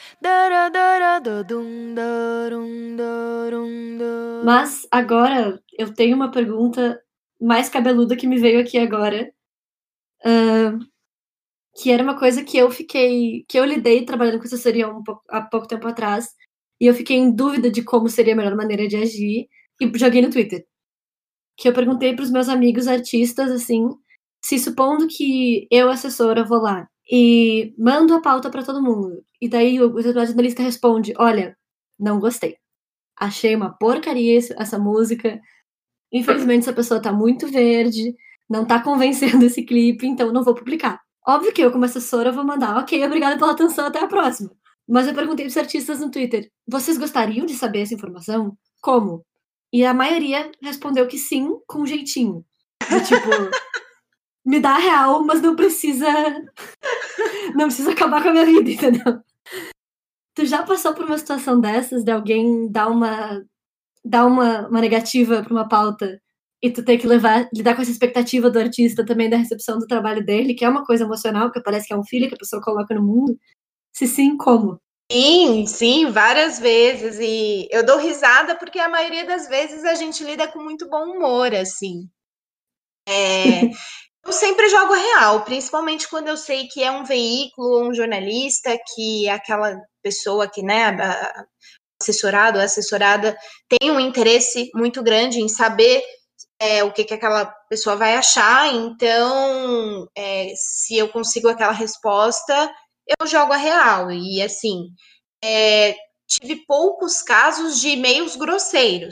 Mas agora eu tenho uma pergunta mais cabeluda que me veio aqui agora, uh, que era uma coisa que eu fiquei, que eu lidei trabalhando com assessoria um pouco, há pouco tempo atrás, e eu fiquei em dúvida de como seria a melhor maneira de agir, e joguei no Twitter. Que eu perguntei para os meus amigos artistas, assim, se supondo que eu, assessora, vou lá e mando a pauta para todo mundo, e daí o jornalista responde, olha, não gostei. Achei uma porcaria essa música, infelizmente essa pessoa tá muito verde, não tá convencendo esse clipe, então não vou publicar. Óbvio que eu, como assessora, vou mandar, ok, obrigada pela atenção, até a próxima. Mas eu perguntei pros artistas no Twitter, vocês gostariam de saber essa informação? Como? E a maioria respondeu que sim, com um jeitinho. Do tipo, me dá a real, mas não precisa... não precisa acabar com a minha vida, entendeu? Tu já passou por uma situação dessas, de alguém dar uma, dar uma, uma negativa pra uma pauta e tu ter que levar, lidar com essa expectativa do artista também da recepção do trabalho dele, que é uma coisa emocional, que parece que é um filho que a pessoa coloca no mundo? Se sim, como? Sim, sim, várias vezes, e eu dou risada porque a maioria das vezes a gente lida com muito bom humor, assim. É, eu sempre jogo a real, principalmente quando eu sei que é um veículo ou um jornalista, que aquela pessoa que, né, a, assessorado, a assessorada tem um interesse muito grande em saber é, o que, que aquela pessoa vai achar, então é, se eu consigo aquela resposta, eu jogo a real, e assim, é, tive poucos casos de e-mails grosseiros,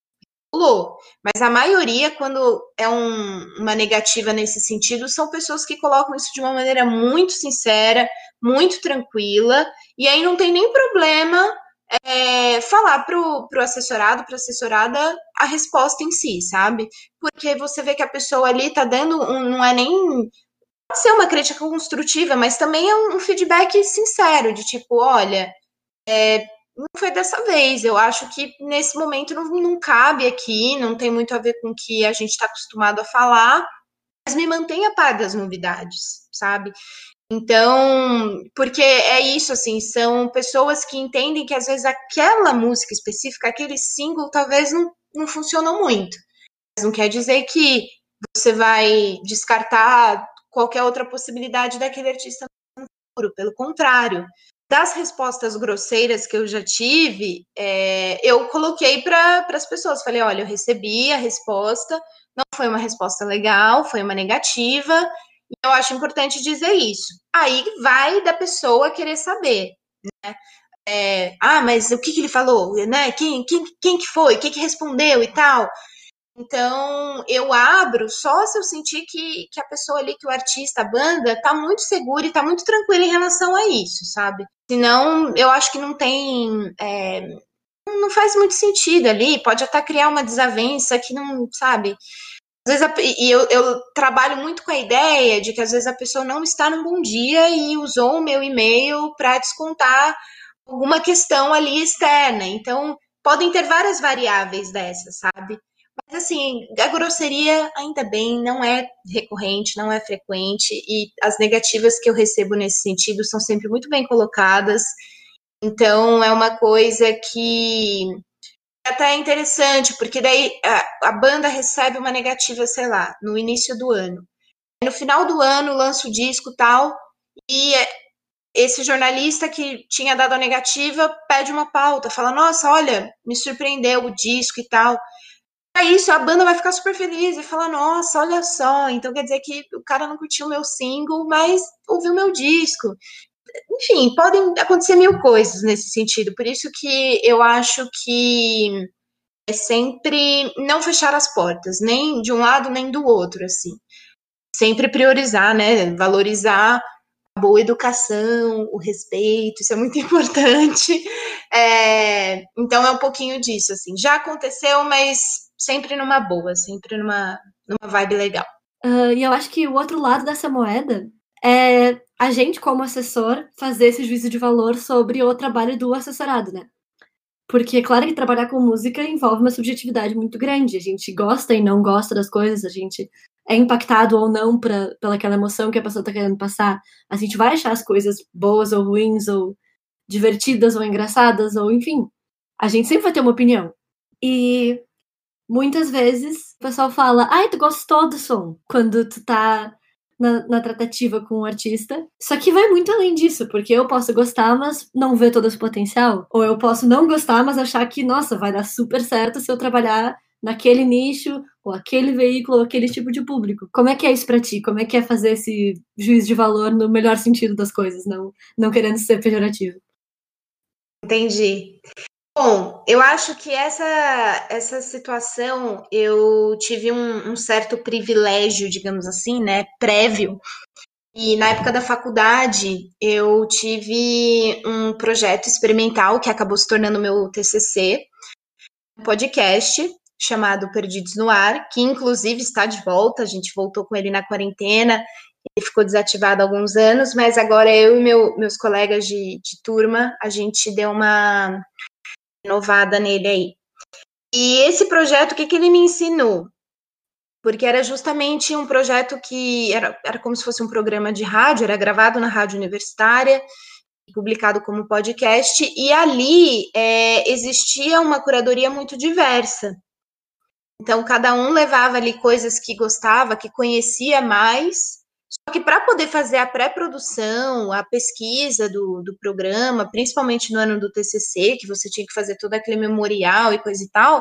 mas a maioria, quando é um, uma negativa nesse sentido, são pessoas que colocam isso de uma maneira muito sincera, muito tranquila, e aí não tem nem problema é, falar pro, pro assessorado, pra assessorada, a resposta em si, sabe? Porque você vê que a pessoa ali tá dando, um, não é nem... pode ser uma crítica construtiva, mas também é um, um feedback sincero, de tipo, olha, é, não foi dessa vez, eu acho que nesse momento não, não cabe aqui, não tem muito a ver com o que a gente está acostumado a falar, mas me mantenha a par das novidades, sabe? Então, porque é isso, assim, são pessoas que entendem que às vezes aquela música específica, aquele single, talvez não, não funcionou muito. Mas não quer dizer que você vai descartar qualquer outra possibilidade daquele artista no futuro, pelo contrário. Das respostas grosseiras que eu já tive, é, eu coloquei para as pessoas, falei, olha, eu recebi a resposta, não foi uma resposta legal, foi uma negativa, e eu acho importante dizer isso. Aí vai da pessoa querer saber, né? É, ah, mas o que, que ele falou? Né? Quem, quem, quem que foi? Quem que respondeu e tal? Então, eu abro só se eu sentir que, que a pessoa ali, que o artista, a banda, tá muito segura e tá muito tranquila em relação a isso, sabe? Senão, eu acho que não tem... É, não faz muito sentido ali, pode até criar uma desavença que não, sabe? Às vezes, a, e eu, eu trabalho muito com a ideia de que às vezes a pessoa não está num bom dia e usou o meu e-mail para descontar alguma questão ali externa. Então, podem ter várias variáveis dessas, sabe? Mas, assim, a grosseria, ainda bem, não é recorrente, não é frequente, e as negativas que eu recebo nesse sentido são sempre muito bem colocadas. Então, é uma coisa que até é interessante, porque daí a, a banda recebe uma negativa, sei lá, no início do ano. No final do ano, lança o disco e tal, e esse jornalista que tinha dado a negativa pede uma pauta, fala, nossa, olha, me surpreendeu o disco e tal. É isso, a banda vai ficar super feliz e falar, nossa, olha só, então quer dizer que o cara não curtiu o meu single, mas ouviu meu disco. Enfim, podem acontecer mil coisas nesse sentido, por isso que eu acho que é sempre não fechar as portas, nem de um lado nem do outro, assim. Sempre priorizar, né, valorizar a boa educação, o respeito, isso é muito importante. É, então é um pouquinho disso, assim. Já aconteceu, mas sempre numa boa, sempre numa, numa vibe legal. Uh, e eu acho que o outro lado dessa moeda é a gente, como assessor, fazer esse juízo de valor sobre o trabalho do assessorado, né? Porque é claro que trabalhar com música envolve uma subjetividade muito grande. A gente gosta e não gosta das coisas, a gente é impactado ou não pra, pelaquela emoção que a pessoa tá querendo passar. A gente vai achar as coisas boas ou ruins, ou divertidas ou engraçadas, ou enfim. A gente sempre vai ter uma opinião. E muitas vezes o pessoal fala, ai, tu gostou do som, quando tu tá na, na tratativa com o artista. Só que vai muito além disso, porque eu posso gostar, mas não ver todo esse potencial. Ou eu posso não gostar, mas achar que, nossa, vai dar super certo se eu trabalhar naquele nicho, ou aquele veículo, ou aquele tipo de público. Como é que é isso pra ti? Como é que é fazer esse juízo de valor no melhor sentido das coisas, não, não querendo ser pejorativo? Entendi. Bom, eu acho que essa, essa situação eu tive um, um certo privilégio, digamos assim, né, prévio. E na época da faculdade eu tive um projeto experimental que acabou se tornando meu T C C, um podcast chamado Perdidos no Ar, que inclusive está de volta, a gente voltou com ele na quarentena, ele ficou desativado há alguns anos, mas agora eu e meu, meus colegas de, de turma, a gente deu uma inovada nele aí. E esse projeto, o que, que ele me ensinou? Porque era justamente um projeto que era, era como se fosse um programa de rádio, era gravado na rádio universitária, publicado como podcast, e ali é, existia uma curadoria muito diversa. Então, cada um levava ali coisas que gostava, que conhecia mais, só que para poder fazer a pré-produção, a pesquisa do, do programa, principalmente no ano do T C C, que você tinha que fazer todo aquele memorial e coisa e tal,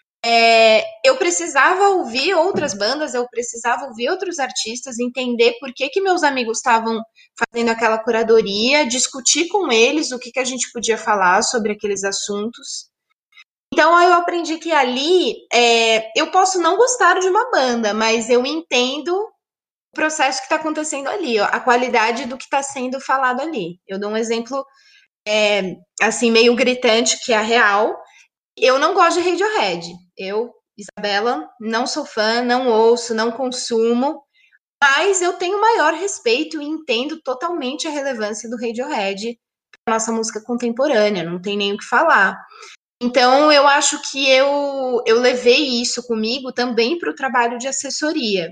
é, eu precisava ouvir outras bandas, eu precisava ouvir outros artistas, entender por que, que meus amigos estavam fazendo aquela curadoria, discutir com eles o que, que a gente podia falar sobre aqueles assuntos. Então, eu aprendi que ali, é, eu posso não gostar de uma banda, mas eu entendo o processo que está acontecendo ali, ó, a qualidade do que está sendo falado ali. Eu dou um exemplo, é, assim, meio gritante, que é a real. Eu não gosto de Radiohead. Eu, Isabela, não sou fã, não ouço, não consumo, mas eu tenho maior respeito e entendo totalmente a relevância do Radiohead para nossa música contemporânea, não tem nem o que falar. Então, eu acho que eu, eu levei isso comigo também para o trabalho de assessoria.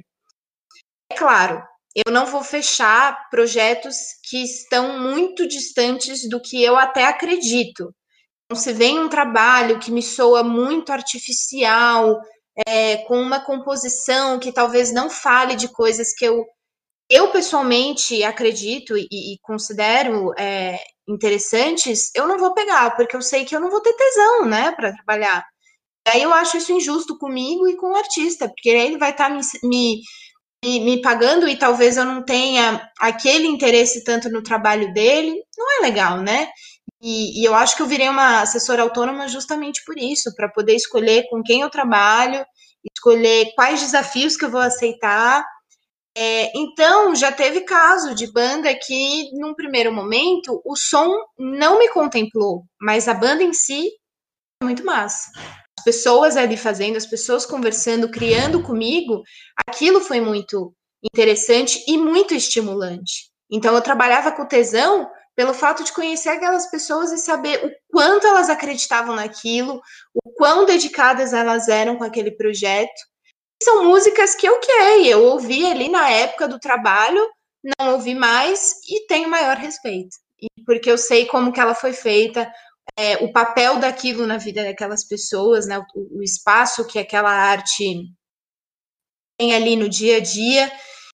É claro, eu não vou fechar projetos que estão muito distantes do que eu até acredito. Então, se vem um trabalho que me soa muito artificial, é, com uma composição que talvez não fale de coisas que eu, eu pessoalmente acredito e, e considero é, interessantes, eu não vou pegar, porque eu sei que eu não vou ter tesão, né, para trabalhar. Aí eu acho isso injusto comigo e com o artista, porque ele vai estar tá me, me, me pagando e talvez eu não tenha aquele interesse tanto no trabalho dele, não é legal, né? E, e eu acho que eu virei uma assessora autônoma justamente por isso, para poder escolher com quem eu trabalho, escolher quais desafios que eu vou aceitar. É, então, já teve caso de banda que, num primeiro momento, o som não me contemplou, mas a banda em si é muito massa. As pessoas ali fazendo, as pessoas conversando, criando comigo, aquilo foi muito interessante e muito estimulante. Então, eu trabalhava com tesão pelo fato de conhecer aquelas pessoas e saber o quanto elas acreditavam naquilo, o quão dedicadas elas eram com aquele projeto. São músicas que, ok, eu ouvi ali na época do trabalho, não ouvi mais e tenho maior respeito. E porque eu sei como que ela foi feita, é, o papel daquilo na vida daquelas pessoas, né, o, o espaço que aquela arte tem ali no dia a dia.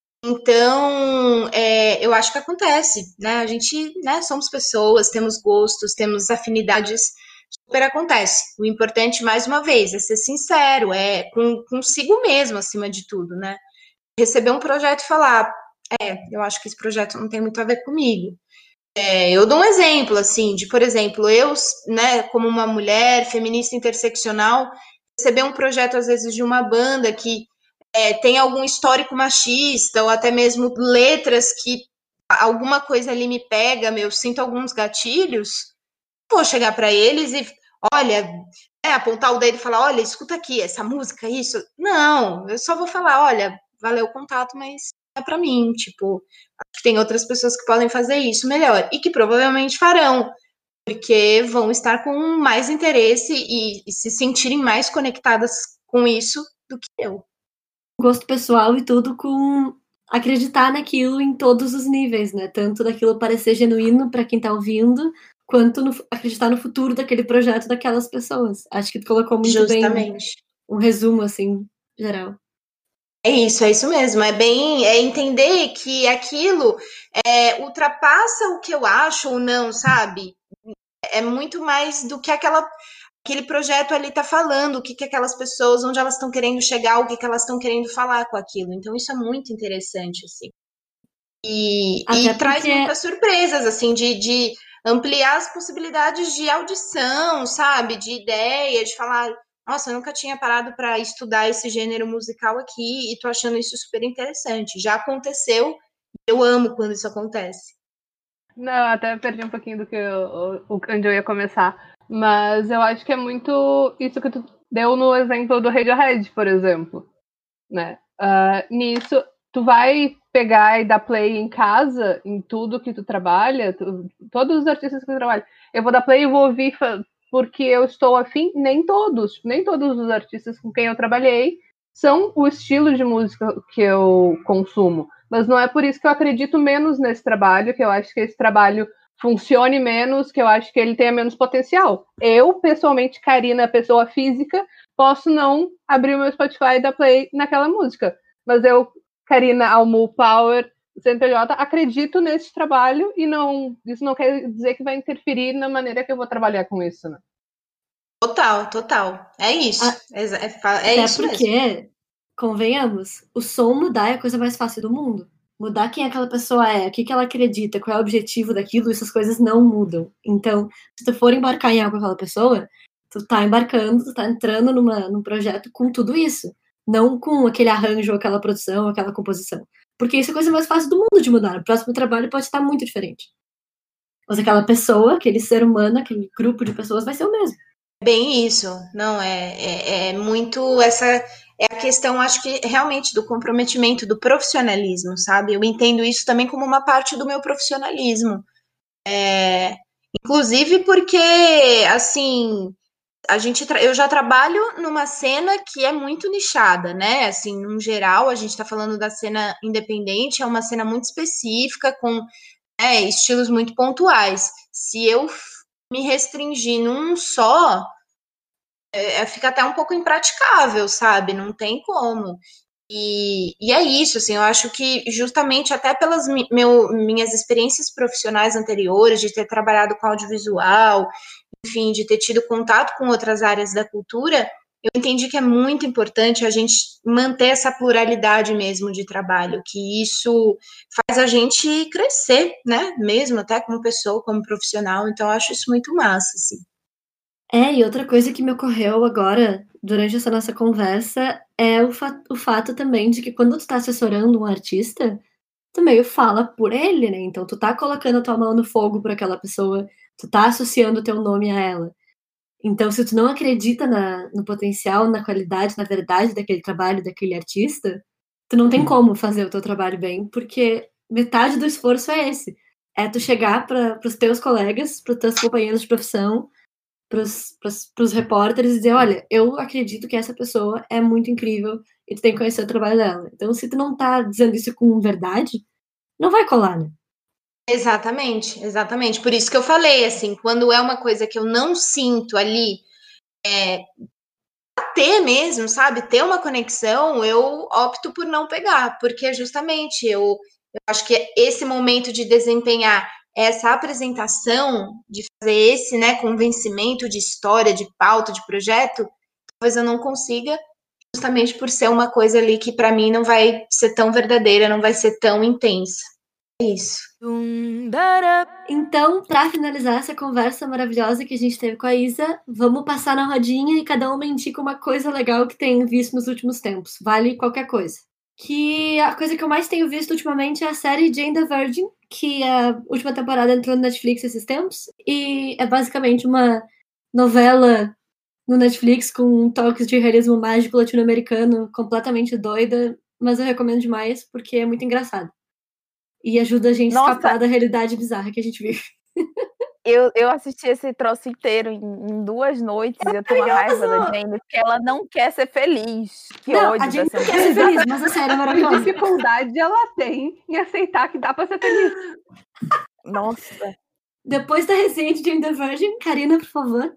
Então, é, eu acho que acontece, né? A gente, né, somos pessoas, temos gostos, temos afinidades super acontece. O importante, mais uma vez, é ser sincero, é com, consigo mesmo, acima de tudo, né? Receber um projeto e falar, é, eu acho que esse projeto não tem muito a ver comigo. É, eu dou um exemplo, assim, de, por exemplo, eu, né, como uma mulher feminista interseccional, receber um projeto, às vezes, de uma banda que é, tem algum histórico machista, ou até mesmo letras que alguma coisa ali me pega, eu sinto alguns gatilhos, vou chegar para eles e, olha, é, apontar o dedo e falar, olha, escuta aqui, essa música, isso. Não, eu só vou falar, olha, valeu o contato, mas não é para mim, tipo, acho que tem outras pessoas que podem fazer isso melhor, e que provavelmente farão, porque vão estar com mais interesse e, e se sentirem mais conectadas com isso do que eu. Gosto pessoal e tudo com acreditar naquilo em todos os níveis, né? Tanto daquilo parecer genuíno para quem tá ouvindo, quanto no, acreditar no futuro daquele projeto daquelas pessoas. Acho que tu colocou muito Justamente. bem um resumo, assim, geral. É isso, é isso mesmo. É bem, é entender que aquilo é, ultrapassa o que eu acho ou não, sabe? É muito mais do que aquela, aquele projeto ali tá falando, o que, que aquelas pessoas, onde elas estão querendo chegar, o que, que elas estão querendo falar com aquilo. Então, isso é muito interessante, assim. E, e Até traz porque muitas surpresas, assim, de, de ampliar as possibilidades de audição, sabe? De ideia, de falar, nossa, eu nunca tinha parado para estudar esse gênero musical aqui e tô achando isso super interessante. Já aconteceu, eu amo quando isso acontece. Não, até perdi um pouquinho do que eu, o, onde eu ia começar. Mas eu acho que é muito isso que tu deu no exemplo do Radiohead, por exemplo. Né? Uh, nisso, tu vai pegar e dar play em casa, em tudo que tu trabalha, tu, todos os artistas que tu trabalha. Eu vou dar play e vou ouvir porque eu estou afim, nem todos, nem todos os artistas com quem eu trabalhei são o estilo de música que eu consumo. Mas não é por isso que eu acredito menos nesse trabalho, que eu acho que esse trabalho funcione menos, que eu acho que ele tenha menos potencial. Eu, pessoalmente, Karina, pessoa física, posso não abrir o meu Spotify e dar play naquela música. Mas eu, Karina, Almu, Power, C N P J, acredito nesse trabalho e não, isso não quer dizer que vai interferir na maneira que eu vou trabalhar com isso, né? Total, total. É isso. A, é, é, é até isso porque, mesmo. convenhamos, o som mudar é a coisa mais fácil do mundo. Mudar quem aquela pessoa é, o que, que ela acredita, qual é o objetivo daquilo, essas coisas não mudam. Então, se tu for embarcar em algo com aquela pessoa, tu tá embarcando, tu tá entrando numa, num projeto com tudo isso. Não com aquele arranjo, aquela produção, aquela composição. Porque isso é a coisa mais fácil do mundo de mudar. O próximo trabalho pode estar muito diferente. Mas aquela pessoa, aquele ser humano, aquele grupo de pessoas vai ser o mesmo. Bem isso. Não, é, é, é muito essa... É a questão, acho que, realmente do comprometimento, do profissionalismo, sabe? Eu entendo isso também como uma parte do meu profissionalismo. É, inclusive porque, assim, a gente eu já trabalho numa cena que é muito nichada, né? Assim, no geral, a gente está falando da cena independente, é uma cena muito específica, com né, estilos muito pontuais. Se eu me restringir num só, é, fica até um pouco impraticável, sabe? Não tem como. E, e é isso, assim, eu acho que justamente até pelas meu, minhas experiências profissionais anteriores, de ter trabalhado com audiovisual, enfim, de ter tido contato com outras áreas da cultura, eu entendi que é muito importante a gente manter essa pluralidade mesmo de trabalho, que isso faz a gente crescer, né? Mesmo até como pessoa, como profissional, então eu acho isso muito massa, assim. É, e outra coisa que me ocorreu agora, durante essa nossa conversa, é o, fa o fato também de que quando tu tá assessorando um artista, tu meio fala por ele, né? Então tu tá colocando a tua mão no fogo por aquela pessoa, tu tá associando o teu nome a ela. Então, se tu não acredita na, no potencial, na qualidade, na verdade daquele trabalho, daquele artista, tu não tem como fazer o teu trabalho bem, porque metade do esforço é esse. É tu chegar para os teus colegas, para os teus companheiros de profissão, para os repórteres e dizer, olha, eu acredito que essa pessoa é muito incrível e tu tem que conhecer o trabalho dela. Então, se tu não tá dizendo isso com verdade, não vai colar, né? Exatamente, exatamente. Por isso que eu falei, assim, quando é uma coisa que eu não sinto ali, é, ter mesmo, sabe, ter uma conexão, eu opto por não pegar, porque justamente eu, eu acho que esse momento de desempenhar essa apresentação, de fazer esse, né, convencimento de história, de pauta, de projeto, talvez eu não consiga, justamente por ser uma coisa ali que para mim não vai ser tão verdadeira, não vai ser tão intensa. É isso. Então, para finalizar essa conversa maravilhosa que a gente teve com a Isa, vamos passar na rodinha e cada uma indica uma coisa legal que tem visto nos últimos tempos. Vale qualquer coisa. Que a coisa que eu mais tenho visto ultimamente é a série Jane the Virgin, que a última temporada entrou no Netflix esses tempos, e é basicamente uma novela no Netflix com toques de realismo mágico latino-americano, completamente doida, mas eu recomendo demais porque é muito engraçado. E ajuda a gente a Nossa. escapar da realidade bizarra que a gente vive. Eu, eu assisti esse troço inteiro em, em duas noites e eu tenho uma raiva da Jane, porque ela não quer ser feliz. Que Não, ódio a Jane dessa não quer mulher. ser feliz, mas a série é Que maravilhosa. dificuldade ela tem em aceitar que dá pra ser feliz. Nossa. Depois da resenha de Jane the Virgin, Karina, por favor.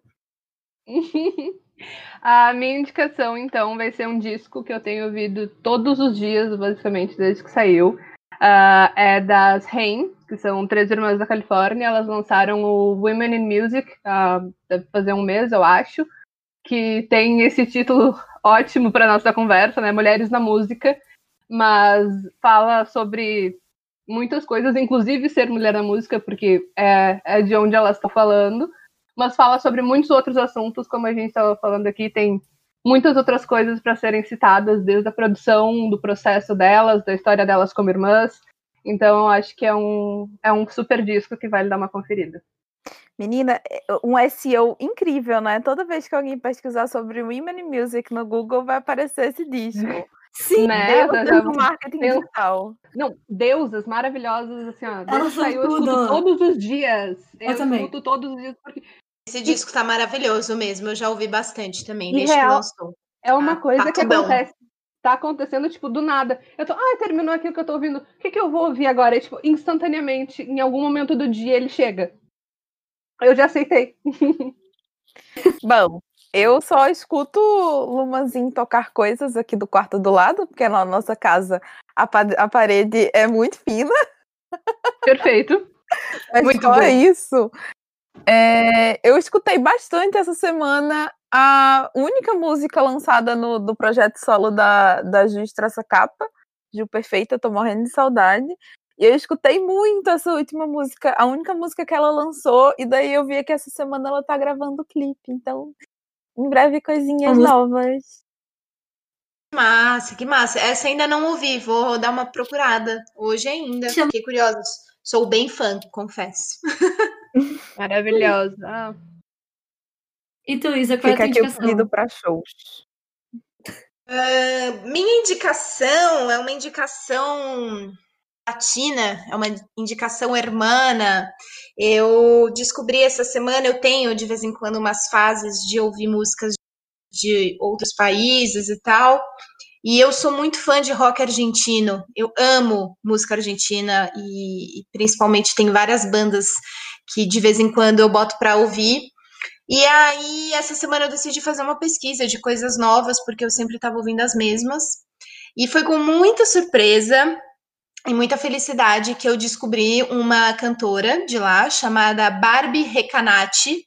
A minha indicação, então, vai ser um disco que eu tenho ouvido todos os dias, basicamente, desde que saiu. Uh, é das Rain, que são três irmãs da Califórnia. Elas lançaram o Women in Music, uh, deve fazer um mês, eu acho, que tem esse título ótimo para nossa conversa, né? Mulheres na Música, mas fala sobre muitas coisas, inclusive ser mulher na música, porque é, é de onde elas estão falando, mas fala sobre muitos outros assuntos, como a gente estava falando aqui, tem muitas outras coisas para serem citadas, desde a produção, do processo delas, da história delas como irmãs. Então, eu acho que é um, é um super disco que vale dar uma conferida. Menina, um S E O incrível, né? Toda vez que alguém pesquisar sobre Women in Music no Google, vai aparecer esse disco. Sim, né? Deus do marketing Deus, digital. Não, deusas maravilhosas, assim, ó. Elas Desde que saiu, eu tudo. escuto todos os dias. Eu, Eu também. escuto todos os dias porque Esse disco tá maravilhoso mesmo, eu já ouvi bastante também, E desde que real, lançou. é uma Tá- coisa tá que tudão. acontece, tá acontecendo, tipo, do nada. Eu tô, ah, terminou aqui o que eu tô ouvindo. O que que eu vou ouvir agora? E, tipo, instantaneamente, em algum momento do dia, ele chega. Eu já aceitei. Bom, eu só escuto Lumazinho tocar coisas aqui do quarto do lado, porque na nossa casa a, pa- a parede é muito fina. Perfeito. Mas Muito só bom. isso. É, eu escutei bastante essa semana a única música lançada no, do projeto solo da, da Ju Traça Capa, Ju Perfeita, tô morrendo de saudade. E eu escutei muito essa última música, a única música que ela lançou, e daí eu vi que essa semana ela tá gravando o clipe, então em breve coisinhas Vamos. novas. Que massa, que massa. Essa ainda não ouvi, vou dar uma procurada hoje ainda. Chama- Fiquei curiosa. Sou bem fã, confesso. Maravilhosa. Ah, E tu, Isa, qual é a Fica tua aqui o indicação? pedido para shows. Uh, minha indicação é uma indicação latina, é uma indicação hermana. Eu descobri essa semana, eu tenho de vez em quando umas fases de ouvir músicas de outros países e tal. E eu sou muito fã de rock argentino. Eu amo música argentina e, e principalmente tem várias bandas que de vez em quando eu boto para ouvir. E aí, essa semana eu decidi fazer uma pesquisa de coisas novas, porque eu sempre estava ouvindo as mesmas. E foi com muita surpresa e muita felicidade que eu descobri uma cantora de lá, chamada Barbie Recanati.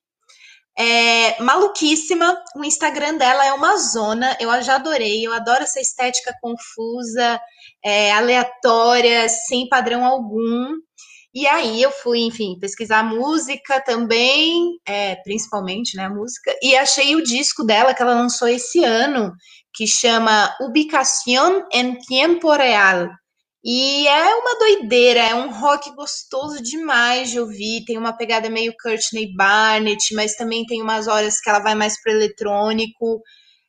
É maluquíssima, o Instagram dela é uma zona, eu já adorei, eu adoro essa estética confusa, é, aleatória, sem padrão algum. E aí eu fui, enfim, pesquisar música também, é, principalmente, né, música, e achei o disco dela que ela lançou esse ano, que chama Ubicación en Tiempo Real. E é uma doideira, é um rock gostoso demais de ouvir, tem uma pegada meio Courtney Barnett, mas também tem umas horas que ela vai mais pro eletrônico.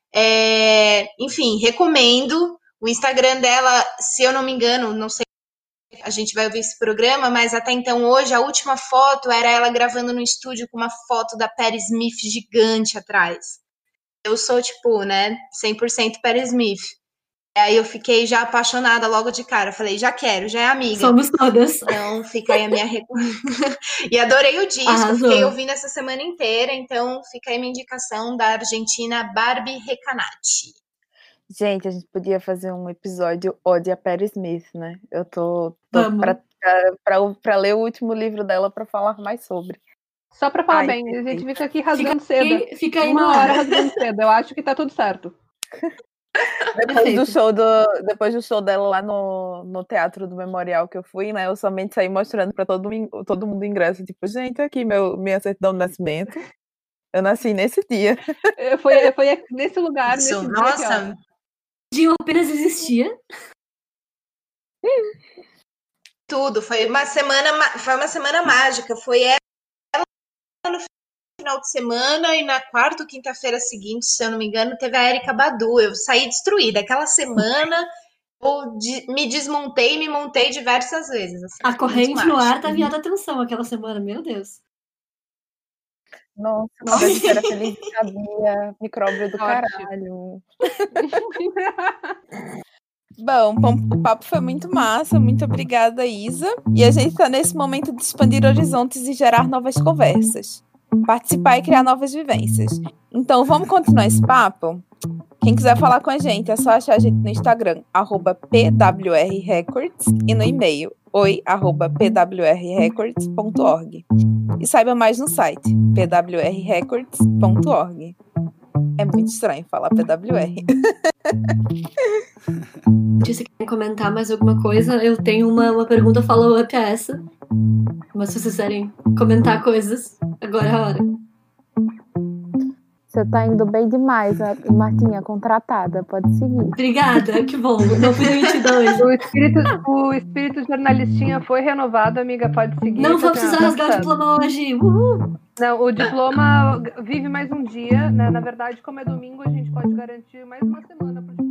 É, enfim, recomendo. O Instagram dela, se eu não me engano, não sei, a gente vai ouvir esse programa, mas até então hoje a última foto era ela gravando no estúdio com uma foto da Patti Smith gigante atrás. Eu sou tipo, né, cem por cento Patti Smith. Aí eu fiquei já apaixonada logo de cara. Falei, já quero, já é amiga. Somos todas. Então fica aí a minha recomendação. E adorei o disco, Arrasou. fiquei ouvindo essa semana inteira. Então fica aí minha indicação da argentina Barbie Recanati. Gente, a gente podia fazer um episódio Ode a Patti Smith, né? Eu tô, tô Vamos. pra para ler o último livro dela para falar mais sobre. Só para falar Ai, bem, perfeito. a gente fica aqui rasgando Fica seda. aí, fica aí Uma no hora ar. rasgando seda. Eu acho que tá tudo certo. Depois Perfeito. do show do, depois do show dela lá no, no Teatro do Memorial que eu fui, né? Eu somente saí mostrando para todo, mundo- todo mundo o ingresso. Tipo, gente, aqui meu, minha certidão de nascimento. Eu nasci nesse dia. Eu- Foi, foi nesse lugar, Isso, nesse dia que, ó, nossa, Dinho apenas existia. tudo. Foi uma semana, ma- foi uma semana mágica. Foi ela no final de semana e na quarta ou quinta-feira seguinte, se eu não me engano, teve a Erika Badu. Eu saí destruída. Aquela semana eu de- me desmontei e me montei diversas vezes. Assim, A foi muito corrente no ar mágico. tá viada atenção aquela semana, meu Deus. Nossa, Nossa. quando a gente era feliz, sabia. Micróbio do Sorte. caralho. Bom, pom- o papo foi muito massa. Muito obrigada, Isa. E a gente está nesse momento de expandir horizontes e gerar novas conversas. Participar e criar novas vivências. Então, vamos continuar esse papo? Quem quiser falar com a gente, é só achar a gente no Instagram, arroba P W R Records, e no e-mail, oi, arroba p w r records ponto org. E saiba mais no site, p w r records ponto org. É muito estranho falar P W R. Se querem comentar mais alguma coisa, eu tenho uma, uma pergunta follow-up a essa. Mas se vocês quiserem comentar coisas, agora é a hora. Você tá indo bem demais, Martinha, contratada, pode seguir. Obrigada, que bom. Não fui demitida hoje. O espírito, o espírito jornalistinha foi renovado, amiga, pode seguir. Não vou Tá- precisar tá rasgar o passando. diploma hoje. Uhul. Não, o diploma vive mais um dia, né? Na verdade, como é domingo, a gente pode garantir mais uma semana pro diploma.